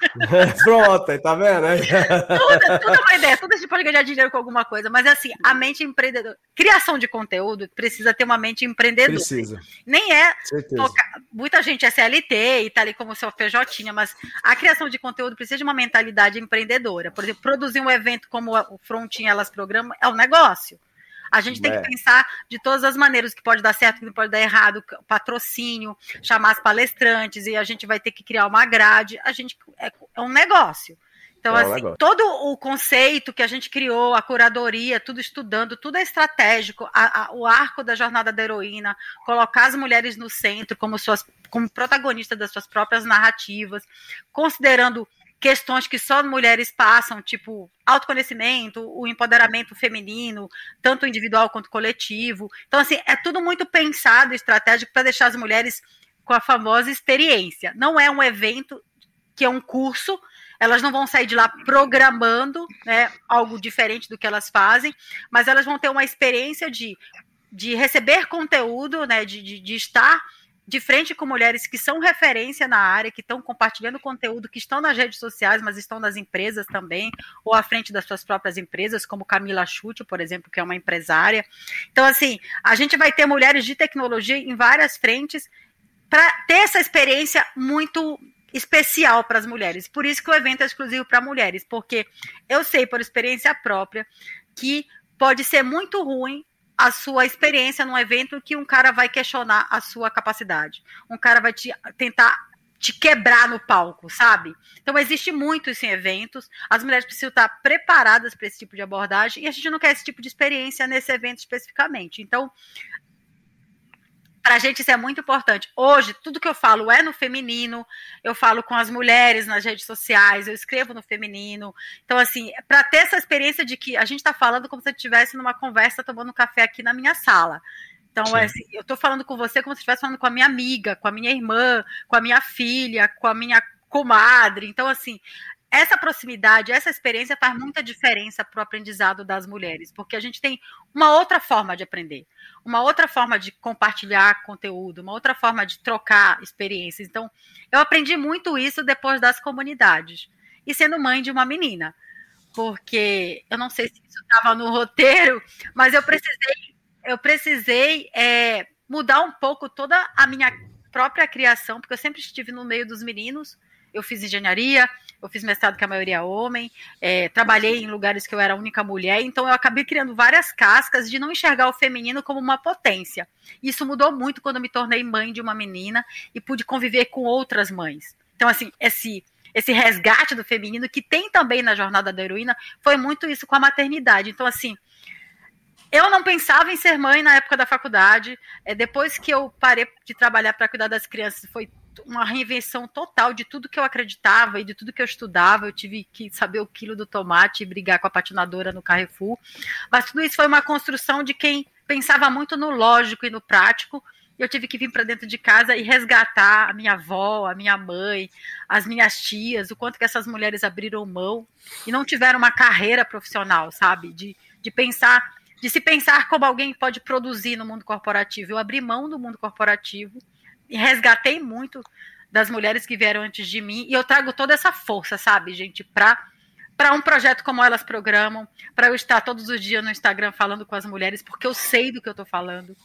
Pronto, tá vendo? tudo, tudo é uma ideia, tudo a gente pode ganhar dinheiro com alguma coisa, mas assim, a mente empreendedora, criação de conteúdo precisa ter uma mente empreendedora. Precisa. Nem é, tocar, muita gente é C L T e tá ali como seu P J, mas a criação de conteúdo precisa de uma mentalidade empreendedora. Por exemplo, produzir um evento como o Frontin Elas Programa é um negócio. A gente tem é. que pensar de todas as maneiras que pode dar certo, que não pode dar errado, patrocínio, chamar as palestrantes, e a gente vai ter que criar uma grade. A gente é, é um negócio. Então, é um assim, negócio. Todo o conceito que a gente criou, a curadoria, tudo estudando, tudo é estratégico. A, a, o arco da jornada da heroína, colocar as mulheres no centro como, suas, como protagonistas das suas próprias narrativas, considerando questões que só mulheres passam, tipo autoconhecimento, o empoderamento feminino, tanto individual quanto coletivo. Então, assim, é tudo muito pensado e estratégico para deixar as mulheres com a famosa experiência. Não é um evento que é um curso, elas não vão sair de lá programando, né, algo diferente do que elas fazem, mas elas vão ter uma experiência de, de receber conteúdo, né, de, de, de estar de frente com mulheres que são referência na área, que estão compartilhando conteúdo, que estão nas redes sociais, mas estão nas empresas também, ou à frente das suas próprias empresas, como Camila Chute, por exemplo, que é uma empresária. Então, assim, a gente vai ter mulheres de tecnologia em várias frentes para ter essa experiência muito especial para as mulheres. Por isso que o evento é exclusivo para mulheres, porque eu sei, por experiência própria, que pode ser muito ruim a sua experiência num evento que um cara vai questionar a sua capacidade. Um cara vai te tentar te quebrar no palco, sabe? Então, existe muito isso em eventos. As mulheres precisam estar preparadas para esse tipo de abordagem e a gente não quer esse tipo de experiência nesse evento especificamente. Então, para a gente isso é muito importante. Hoje, tudo que eu falo é no feminino, eu falo com as mulheres nas redes sociais, eu escrevo no feminino. Então, assim, para ter essa experiência de que a gente está falando como se eu estivesse numa conversa tomando café aqui na minha sala. Então, é assim, eu estou falando com você como se estivesse falando com a minha amiga, com a minha irmã, com a minha filha, com a minha comadre. Então, assim, essa proximidade, essa experiência faz muita diferença para o aprendizado das mulheres, porque a gente tem uma outra forma de aprender, uma outra forma de compartilhar conteúdo, uma outra forma de trocar experiências. Então, eu aprendi muito isso depois das comunidades, e sendo mãe de uma menina, porque eu não sei se isso estava no roteiro, mas eu precisei, eu precisei é, mudar um pouco toda a minha própria criação, porque eu sempre estive no meio dos meninos. Eu fiz engenharia, eu fiz mestrado que a maioria é homem, é, trabalhei em lugares que eu era a única mulher, então eu acabei criando várias cascas de não enxergar o feminino como uma potência. Isso mudou muito quando eu me tornei mãe de uma menina e pude conviver com outras mães. Então, assim, esse, esse resgate do feminino, que tem também na Jornada da Heroína, foi muito isso com a maternidade. Então, assim, eu não pensava em ser mãe na época da faculdade, é, depois que eu parei de trabalhar para cuidar das crianças, foi uma reinvenção total de tudo que eu acreditava e de tudo que eu estudava. Eu tive que saber o quilo do tomate e brigar com a patinadora no Carrefour, mas tudo isso foi uma construção de quem pensava muito no lógico e no prático. Eu tive que vir para dentro de casa e resgatar a minha avó, a minha mãe, as minhas tias, o quanto que essas mulheres abriram mão e não tiveram uma carreira profissional, sabe, de, de pensar, de se pensar como alguém pode produzir no mundo corporativo. Eu abri mão do mundo corporativo e resgatei muito das mulheres que vieram antes de mim, e eu trago toda essa força, sabe, gente, para para um projeto como Elas Programam, para eu estar todos os dias no Instagram falando com as mulheres, porque eu sei do que eu estou falando,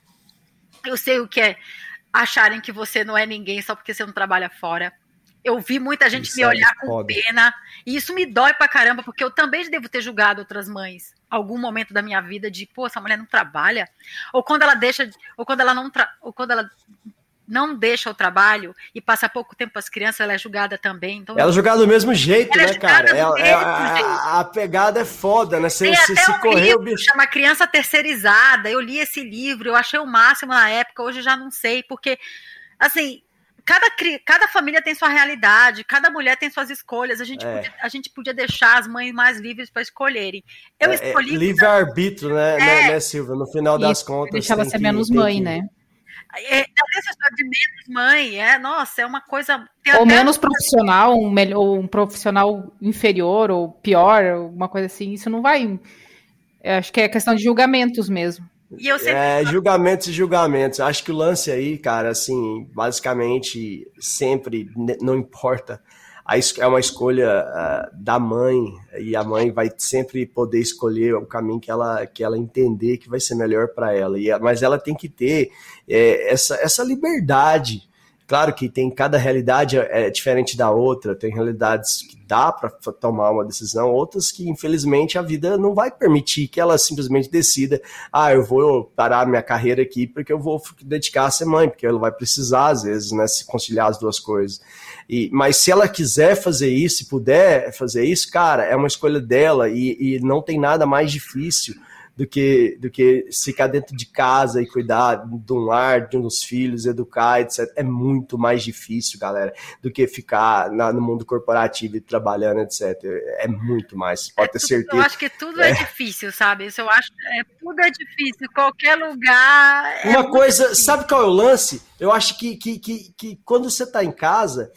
eu sei o que é acharem que você não é ninguém só porque você não trabalha fora. Eu vi muita gente isso me olhar é com foda. Pena, e isso me dói pra caramba, porque eu também devo ter julgado outras mães algum momento da minha vida de, pô, essa mulher não trabalha, ou quando ela deixa, ou quando ela não tra... ou quando ela não deixa o trabalho e passa pouco tempo com as crianças, ela é julgada também. Então, ela é julgada do mesmo jeito, né, cara? Ela, é, a, a pegada é foda, né? Você se, se um correr livro, o bicho. Chama Criança Terceirizada. Eu li esse livro, eu achei o máximo na época, hoje já não sei, porque, assim, cada, cada família tem sua realidade, cada mulher tem suas escolhas. A gente, é. podia, a gente podia deixar as mães mais livres para escolherem. Eu é, escolhi. É, livre-arbítrio, né, é. né, né, Silvia? No final e das contas. Deixar você que, menos mãe, que... né? É, essa história de menos mãe, é, nossa, é uma coisa... Ou menos um... profissional, um, ou um profissional inferior, ou pior, uma coisa assim, isso não vai... Eu acho que é questão de julgamentos mesmo. E eu sempre... É, julgamentos e julgamentos. Acho que o lance aí, cara, assim, basicamente, sempre, não importa... É uma escolha uh, da mãe, e a mãe vai sempre poder escolher o caminho que ela, que ela entender que vai ser melhor para ela. E, mas ela tem que ter é, essa, essa liberdade. Claro que tem cada realidade é diferente da outra, tem realidades que dá para tomar uma decisão, outras que infelizmente a vida não vai permitir que ela simplesmente decida, ah, eu vou parar minha carreira aqui porque eu vou dedicar a ser mãe, porque ela vai precisar às vezes, né, se conciliar as duas coisas. E, mas se ela quiser fazer isso, se puder fazer isso, cara, é uma escolha dela e, e não tem nada mais difícil do que, do que ficar dentro de casa e cuidar de um lar, de uns filhos, educar, etcétera. É muito mais difícil, galera, do que ficar na, no mundo corporativo e trabalhando, etcétera. É muito mais, pode é ter tudo, certeza. Eu acho que tudo é, é difícil, sabe? Isso eu acho é, tudo é difícil, qualquer lugar. É Uma coisa, difícil. Sabe qual é o lance? Eu acho que, que, que, que quando você está em casa,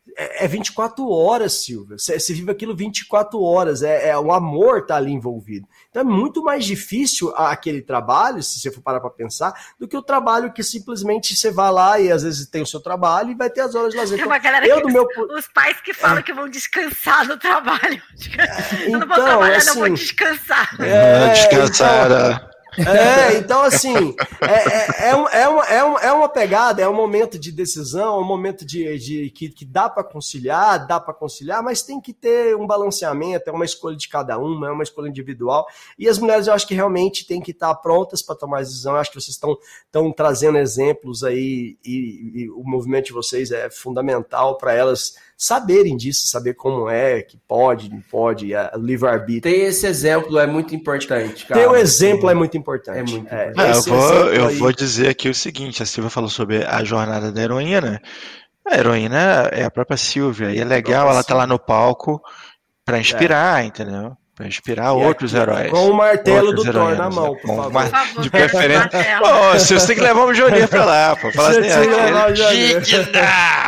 é, é vinte e quatro horas, Silvia. Você, você vive aquilo vinte e quatro horas. É, é, o amor tá ali envolvido. Então é muito mais difícil aquele trabalho, se você for parar para pensar, do que o trabalho que simplesmente você vai lá e às vezes tem o seu trabalho e vai ter as horas de lazer. Tem uma galera eu, que, do meu... os pais que falam é. que vão descansar no trabalho. Eu não vou então, trabalhar, assim, não vou descansar. É, Descansada. Então, É, então assim, é, é, é, uma, é, uma, é, uma, é uma pegada, é um momento de decisão, é um momento de, de que, que dá para conciliar, dá para conciliar, mas tem que ter um balanceamento, é uma escolha de cada uma, é uma escolha individual, e as mulheres eu acho que realmente têm que estar prontas para tomar decisão. Eu acho que vocês estão, estão trazendo exemplos aí, e, e o movimento de vocês é fundamental para elas saberem disso, saber como é, que pode, não pode, a livre-arbítrio. Ter esse exemplo é muito importante, cara. Ter o exemplo é muito importante. É muito é, importante. É, eu vou, eu aí... vou dizer aqui o seguinte, a Silvia falou sobre a jornada da heroína. A heroína é a própria Silvia, e é legal ela estar tá lá no palco para inspirar, é. entendeu? Para inspirar e outros aqui, heróis. Com o martelo do Thor na né? mão, por favor. Uma, por favor. De preferência. Pô, se você tem que levar um Joninha pra lá, pô. Falar assim, é digna!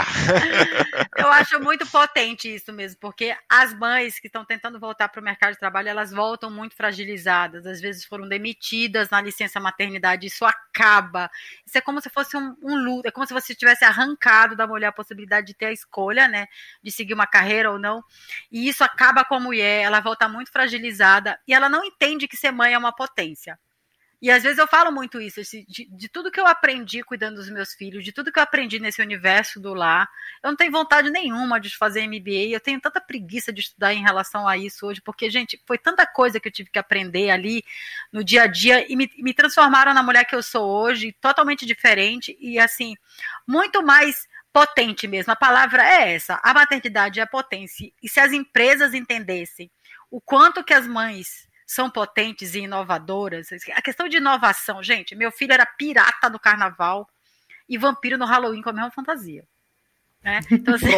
Eu acho muito potente isso mesmo, porque as mães que estão tentando voltar para o mercado de trabalho, elas voltam muito fragilizadas, às vezes foram demitidas na licença maternidade, isso acaba. Isso é como se fosse um, um luto, é como se você tivesse arrancado da mulher a possibilidade de ter a escolha, né, de seguir uma carreira ou não, e isso acaba com a mulher, ela volta muito fragilizada, e ela não entende que ser mãe é uma potência. E às vezes eu falo muito isso, de, de tudo que eu aprendi cuidando dos meus filhos, de tudo que eu aprendi nesse universo do lar, eu não tenho vontade nenhuma de fazer M B A, eu tenho tanta preguiça de estudar em relação a isso hoje, porque, gente, foi tanta coisa que eu tive que aprender ali no dia a dia, e me, me transformaram na mulher que eu sou hoje, totalmente diferente, e assim, muito mais potente mesmo, a palavra é essa, a maternidade é potência, e se as empresas entendessem o quanto que as mães são potentes e inovadoras. A questão de inovação, gente, meu filho era pirata no carnaval e vampiro no Halloween com a mesma fantasia. Né? Então, assim,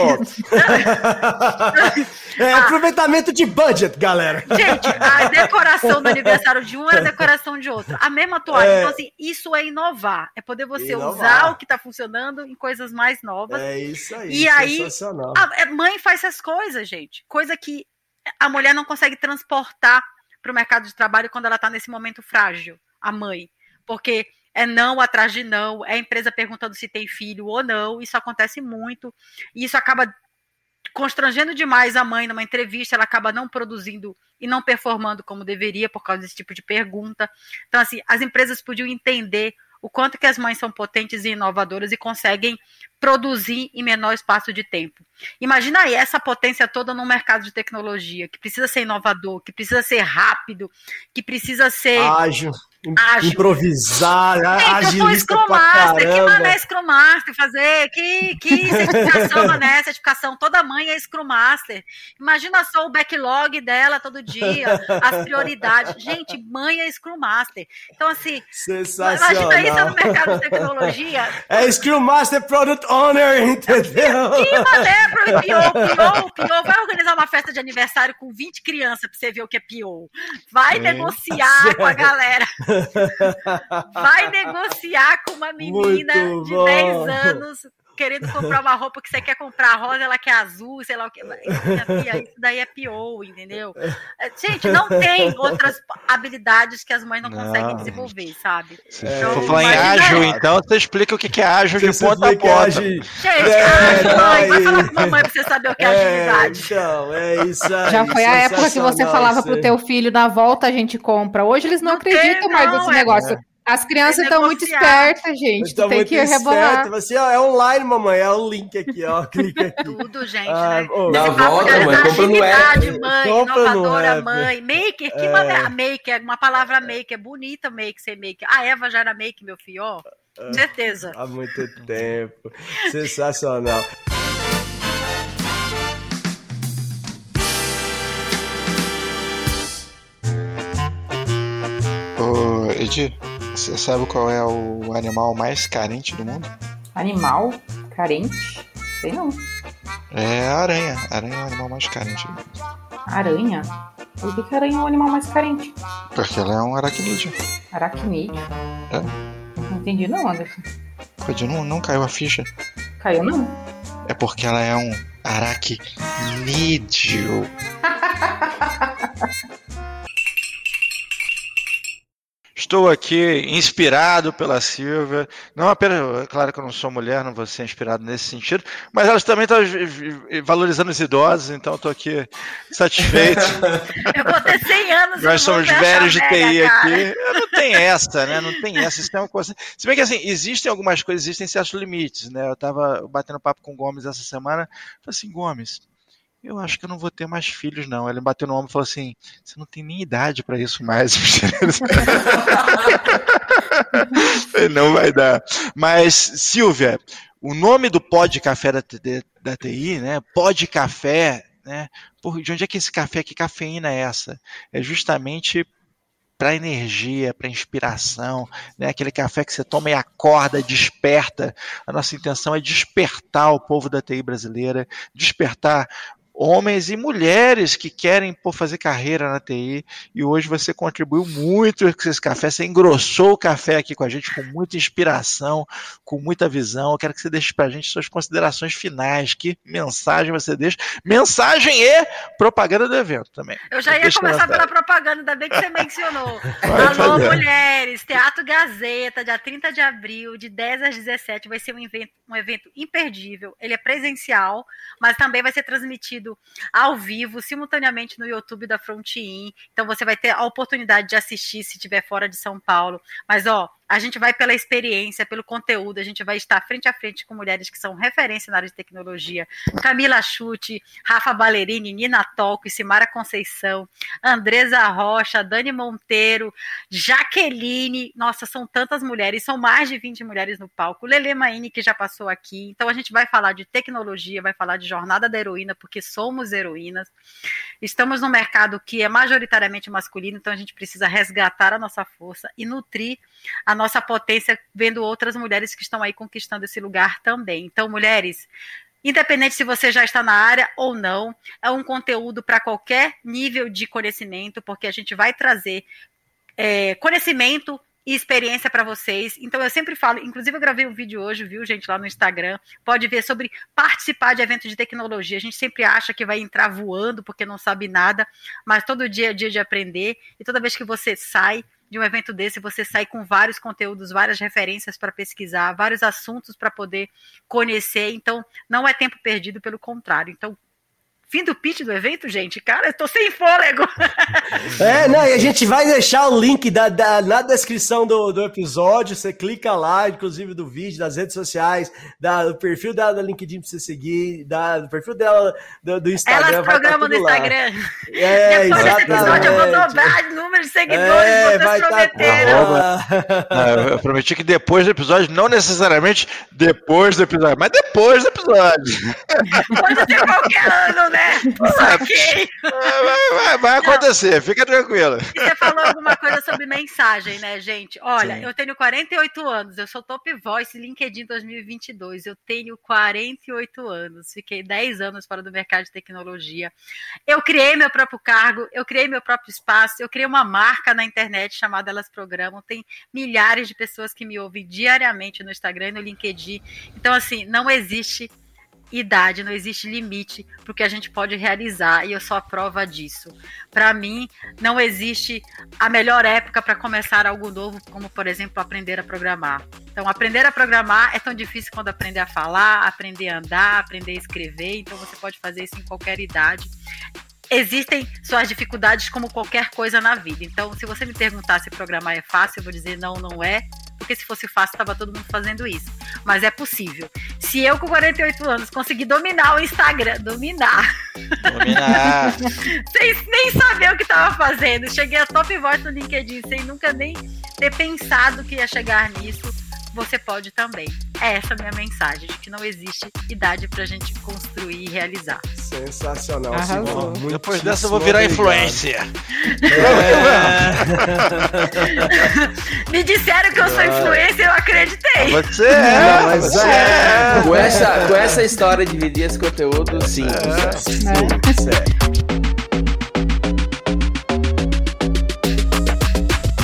é ah, aproveitamento de budget, galera. Gente, a decoração do aniversário de um era a decoração de outro. A mesma toalha. É, então, assim, isso é inovar. É poder você inovar. usar o que está funcionando em coisas mais novas. É isso aí. E aí, a mãe faz essas coisas, gente. Coisa que a mulher não consegue transportar para o mercado de trabalho quando ela está nesse momento frágil, a mãe, porque é não atrás de não, é a empresa perguntando se tem filho ou não, isso acontece muito, e isso acaba constrangendo demais a mãe numa entrevista, ela acaba não produzindo e não performando como deveria por causa desse tipo de pergunta. Então, assim, as empresas podiam entender o quanto que as mães são potentes e inovadoras e conseguem produzir em menor espaço de tempo. Imagina aí essa potência toda no mercado de tecnologia, que precisa ser inovador, que precisa ser rápido, que precisa ser... ágil. Ágil. Improvisar, agilista. Eu sou Scrum Master, que mané Scrum Master fazer, que, que certificação mané, certificação, toda mãe é Scrum Master. Imagina só o backlog dela todo dia, as prioridades. Gente, mãe é Scrum Master. Então, assim, imagina isso no mercado de tecnologia. É Scrum Master Product Owner, entendeu? Que mané, pro P O, P O, P O, vai organizar uma festa de aniversário com vinte crianças pra você ver o que é P O. Vai é. negociar com a galera. Vai negociar com uma menina Muito de bom. dez anos querendo comprar uma roupa que você quer comprar rosa, ela quer azul, sei lá o que. Isso daí é P O, entendeu? Gente, não tem outras habilidades que as mães não, não. conseguem desenvolver, sabe? Se é, for falar em ágil, então você explica o que é ágil de ponta a ponta. Gente, é, ágil, mãe, vai falar com a mamãe pra você saber o que é, é agilidade. Então, é isso aí. Já foi a época que você falava pro teu filho, na volta a gente compra. Hoje eles não, não acreditam tem, mais nesse é negócio. É. As crianças estão muito espertas, gente. Tu tem que rebolar. Você, ó, é online, mamãe. É o link aqui, ó. Clica aqui. Tudo, gente, ah, né? Oh, na volta, mãe. Compra no app. Mãe, compra inovadora, mãe. Maker. Que é. maneira. Maker, uma palavra maker. Bonita make, ser maker. A Eva já era make, meu filho, ó. Ah, certeza. Há muito tempo. Sensacional. Ô, Edi, você sabe qual é o animal mais carente do mundo? Animal carente? Sei não. É a aranha. A aranha é o animal mais carente do mundo. Aranha? Por que, que a aranha é o animal mais carente? Porque ela é um aracnídeo. Aracnídeo? É. Não entendi não, Anderson. Pode não, não caiu a ficha. Caiu não? É porque ela é um aracnídeo. Estou aqui inspirado pela Silvia, não apenas, claro que eu não sou mulher, não vou ser inspirado nesse sentido, mas elas também estão valorizando os idosos, então estou aqui satisfeito. Eu vou ter cem anos. Nós somos velhos de T I cara. aqui, não tem essa, né? Não tem essa, isso é uma coisa. Se bem que assim, existem algumas coisas, existem certos limites, né? Eu estava batendo papo com o Gomes essa semana, falei assim, Gomes, eu acho que eu não vou ter mais filhos, não. Ele bateu no ombro e falou assim, você não tem nem idade para isso mais. Não vai dar. Mas, Silvia, o nome do pó de café da, da T I, né? Pó de café, né? Por, de onde é que esse café, que cafeína é essa? É justamente para energia, para inspiração, né? Aquele café que você toma e acorda, desperta. A nossa intenção é despertar o povo da T I brasileira, despertar homens e mulheres que querem pô, fazer carreira na T I, e hoje você contribuiu muito com esse café, você engrossou o café aqui com a gente, com muita inspiração, com muita visão. Eu quero que você deixe pra gente suas considerações finais, que mensagem você deixa, mensagem e propaganda do evento também. Eu já ia deixa começar pela propaganda, ainda bem que você mencionou. Vai Alô, fazer. mulheres, Teatro Gazeta, dia trinta de abril, de dez às dezessete, vai ser um evento, um evento imperdível, ele é presencial, mas também vai ser transmitido ao vivo, simultaneamente no YouTube da Frontin. Então você vai ter a oportunidade de assistir se estiver fora de São Paulo. Mas ó, a gente vai pela experiência, pelo conteúdo, a gente vai estar frente a frente com mulheres que são referência na área de tecnologia. Camila Chute, Rafa Ballerini, Nina Tolco, Simara Conceição, Andresa Rocha, Dani Monteiro, Jaqueline, nossa, são tantas mulheres, são mais de vinte mulheres no palco, Lele Maine, que já passou aqui. Então a gente vai falar de tecnologia, vai falar de jornada da heroína, porque somos heroínas. Estamos num mercado que é majoritariamente masculino, então a gente precisa resgatar a nossa força e nutrir a nossa potência, vendo outras mulheres que estão aí conquistando esse lugar também. Então, mulheres, independente se você já está na área ou não, é um conteúdo para qualquer nível de conhecimento, porque a gente vai trazer é, conhecimento e experiência para vocês. Então eu sempre falo, inclusive eu gravei um vídeo hoje, viu, gente, lá no Instagram, pode ver sobre participar de eventos de tecnologia. A gente sempre acha que vai entrar voando porque não sabe nada, mas todo dia é dia de aprender, e toda vez que você sai de um evento desse, você sai com vários conteúdos, várias referências para pesquisar, vários assuntos para poder conhecer. Então não é tempo perdido, pelo contrário. Então, fim do pitch do evento, gente, cara, eu tô sem fôlego. É, não, e a gente vai deixar o link da, da, na descrição do, do episódio, você clica lá, inclusive do vídeo, das redes sociais, da, do perfil dela da LinkedIn pra você seguir, da, do perfil dela do, do Instagram. Elas programam no Instagram. É, depois desse episódio eu vou exatamente. dobrar o número de seguidores, É, vocês vai tá prometeram. Não, eu prometi que depois do episódio, não necessariamente depois do episódio, mas depois do episódio. Pode ser qualquer ano, né? Ok. Vai, vai, vai acontecer, fica tranquila. E você falou alguma coisa sobre mensagem, né, gente? Olha, Sim. eu tenho quarenta e oito anos, eu sou Top Voice LinkedIn dois mil e vinte e dois, eu tenho quarenta e oito anos, fiquei dez anos fora do mercado de tecnologia. Eu criei meu próprio cargo, eu criei meu próprio espaço, eu criei uma marca na internet chamada Elas Programam, tem milhares de pessoas que me ouvem diariamente no Instagram e no LinkedIn. Então, assim, não existe idade, não existe limite para o que a gente pode realizar, e eu sou a prova disso. Para mim, não existe a melhor época para começar algo novo, como, por exemplo, aprender a programar. Então, aprender a programar é tão difícil quanto aprender a falar, aprender a andar, aprender a escrever, então você pode fazer isso em qualquer idade. Existem suas dificuldades como qualquer coisa na vida. Então, se você me perguntar se programar é fácil, eu vou dizer não, não é, porque se fosse fácil, estava todo mundo fazendo isso. Mas é possível. Se eu, com quarenta e oito anos, conseguir dominar o Instagram, dominar, Dominar. sem nem saber o que estava fazendo, cheguei a Top Voice no LinkedIn, sem nunca nem ter pensado que ia chegar nisso, você pode também. É essa a minha mensagem, de que não existe idade pra gente construir e realizar. Sensacional, Arrasou. Simão. Depois dessa eu vou virar influencer. É. Me disseram que eu sou influencer, eu acreditei. Você é, Não, mas você é. é. Com essa, com essa história de dividir esse conteúdo, sim.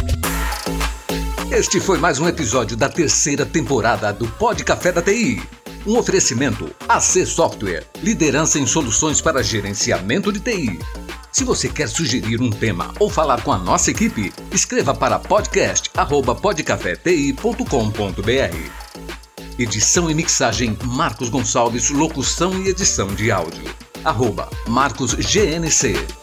Este foi mais um episódio da terceira temporada do Pod Café da T I. Um oferecimento A C Software, liderança em soluções para gerenciamento de T I. Se você quer sugerir um tema ou falar com a nossa equipe, escreva para podcast arroba podcafeti ponto com ponto br. Edição e mixagem Marcos Gonçalves, locução e edição de áudio. Arroba Marcos G N C.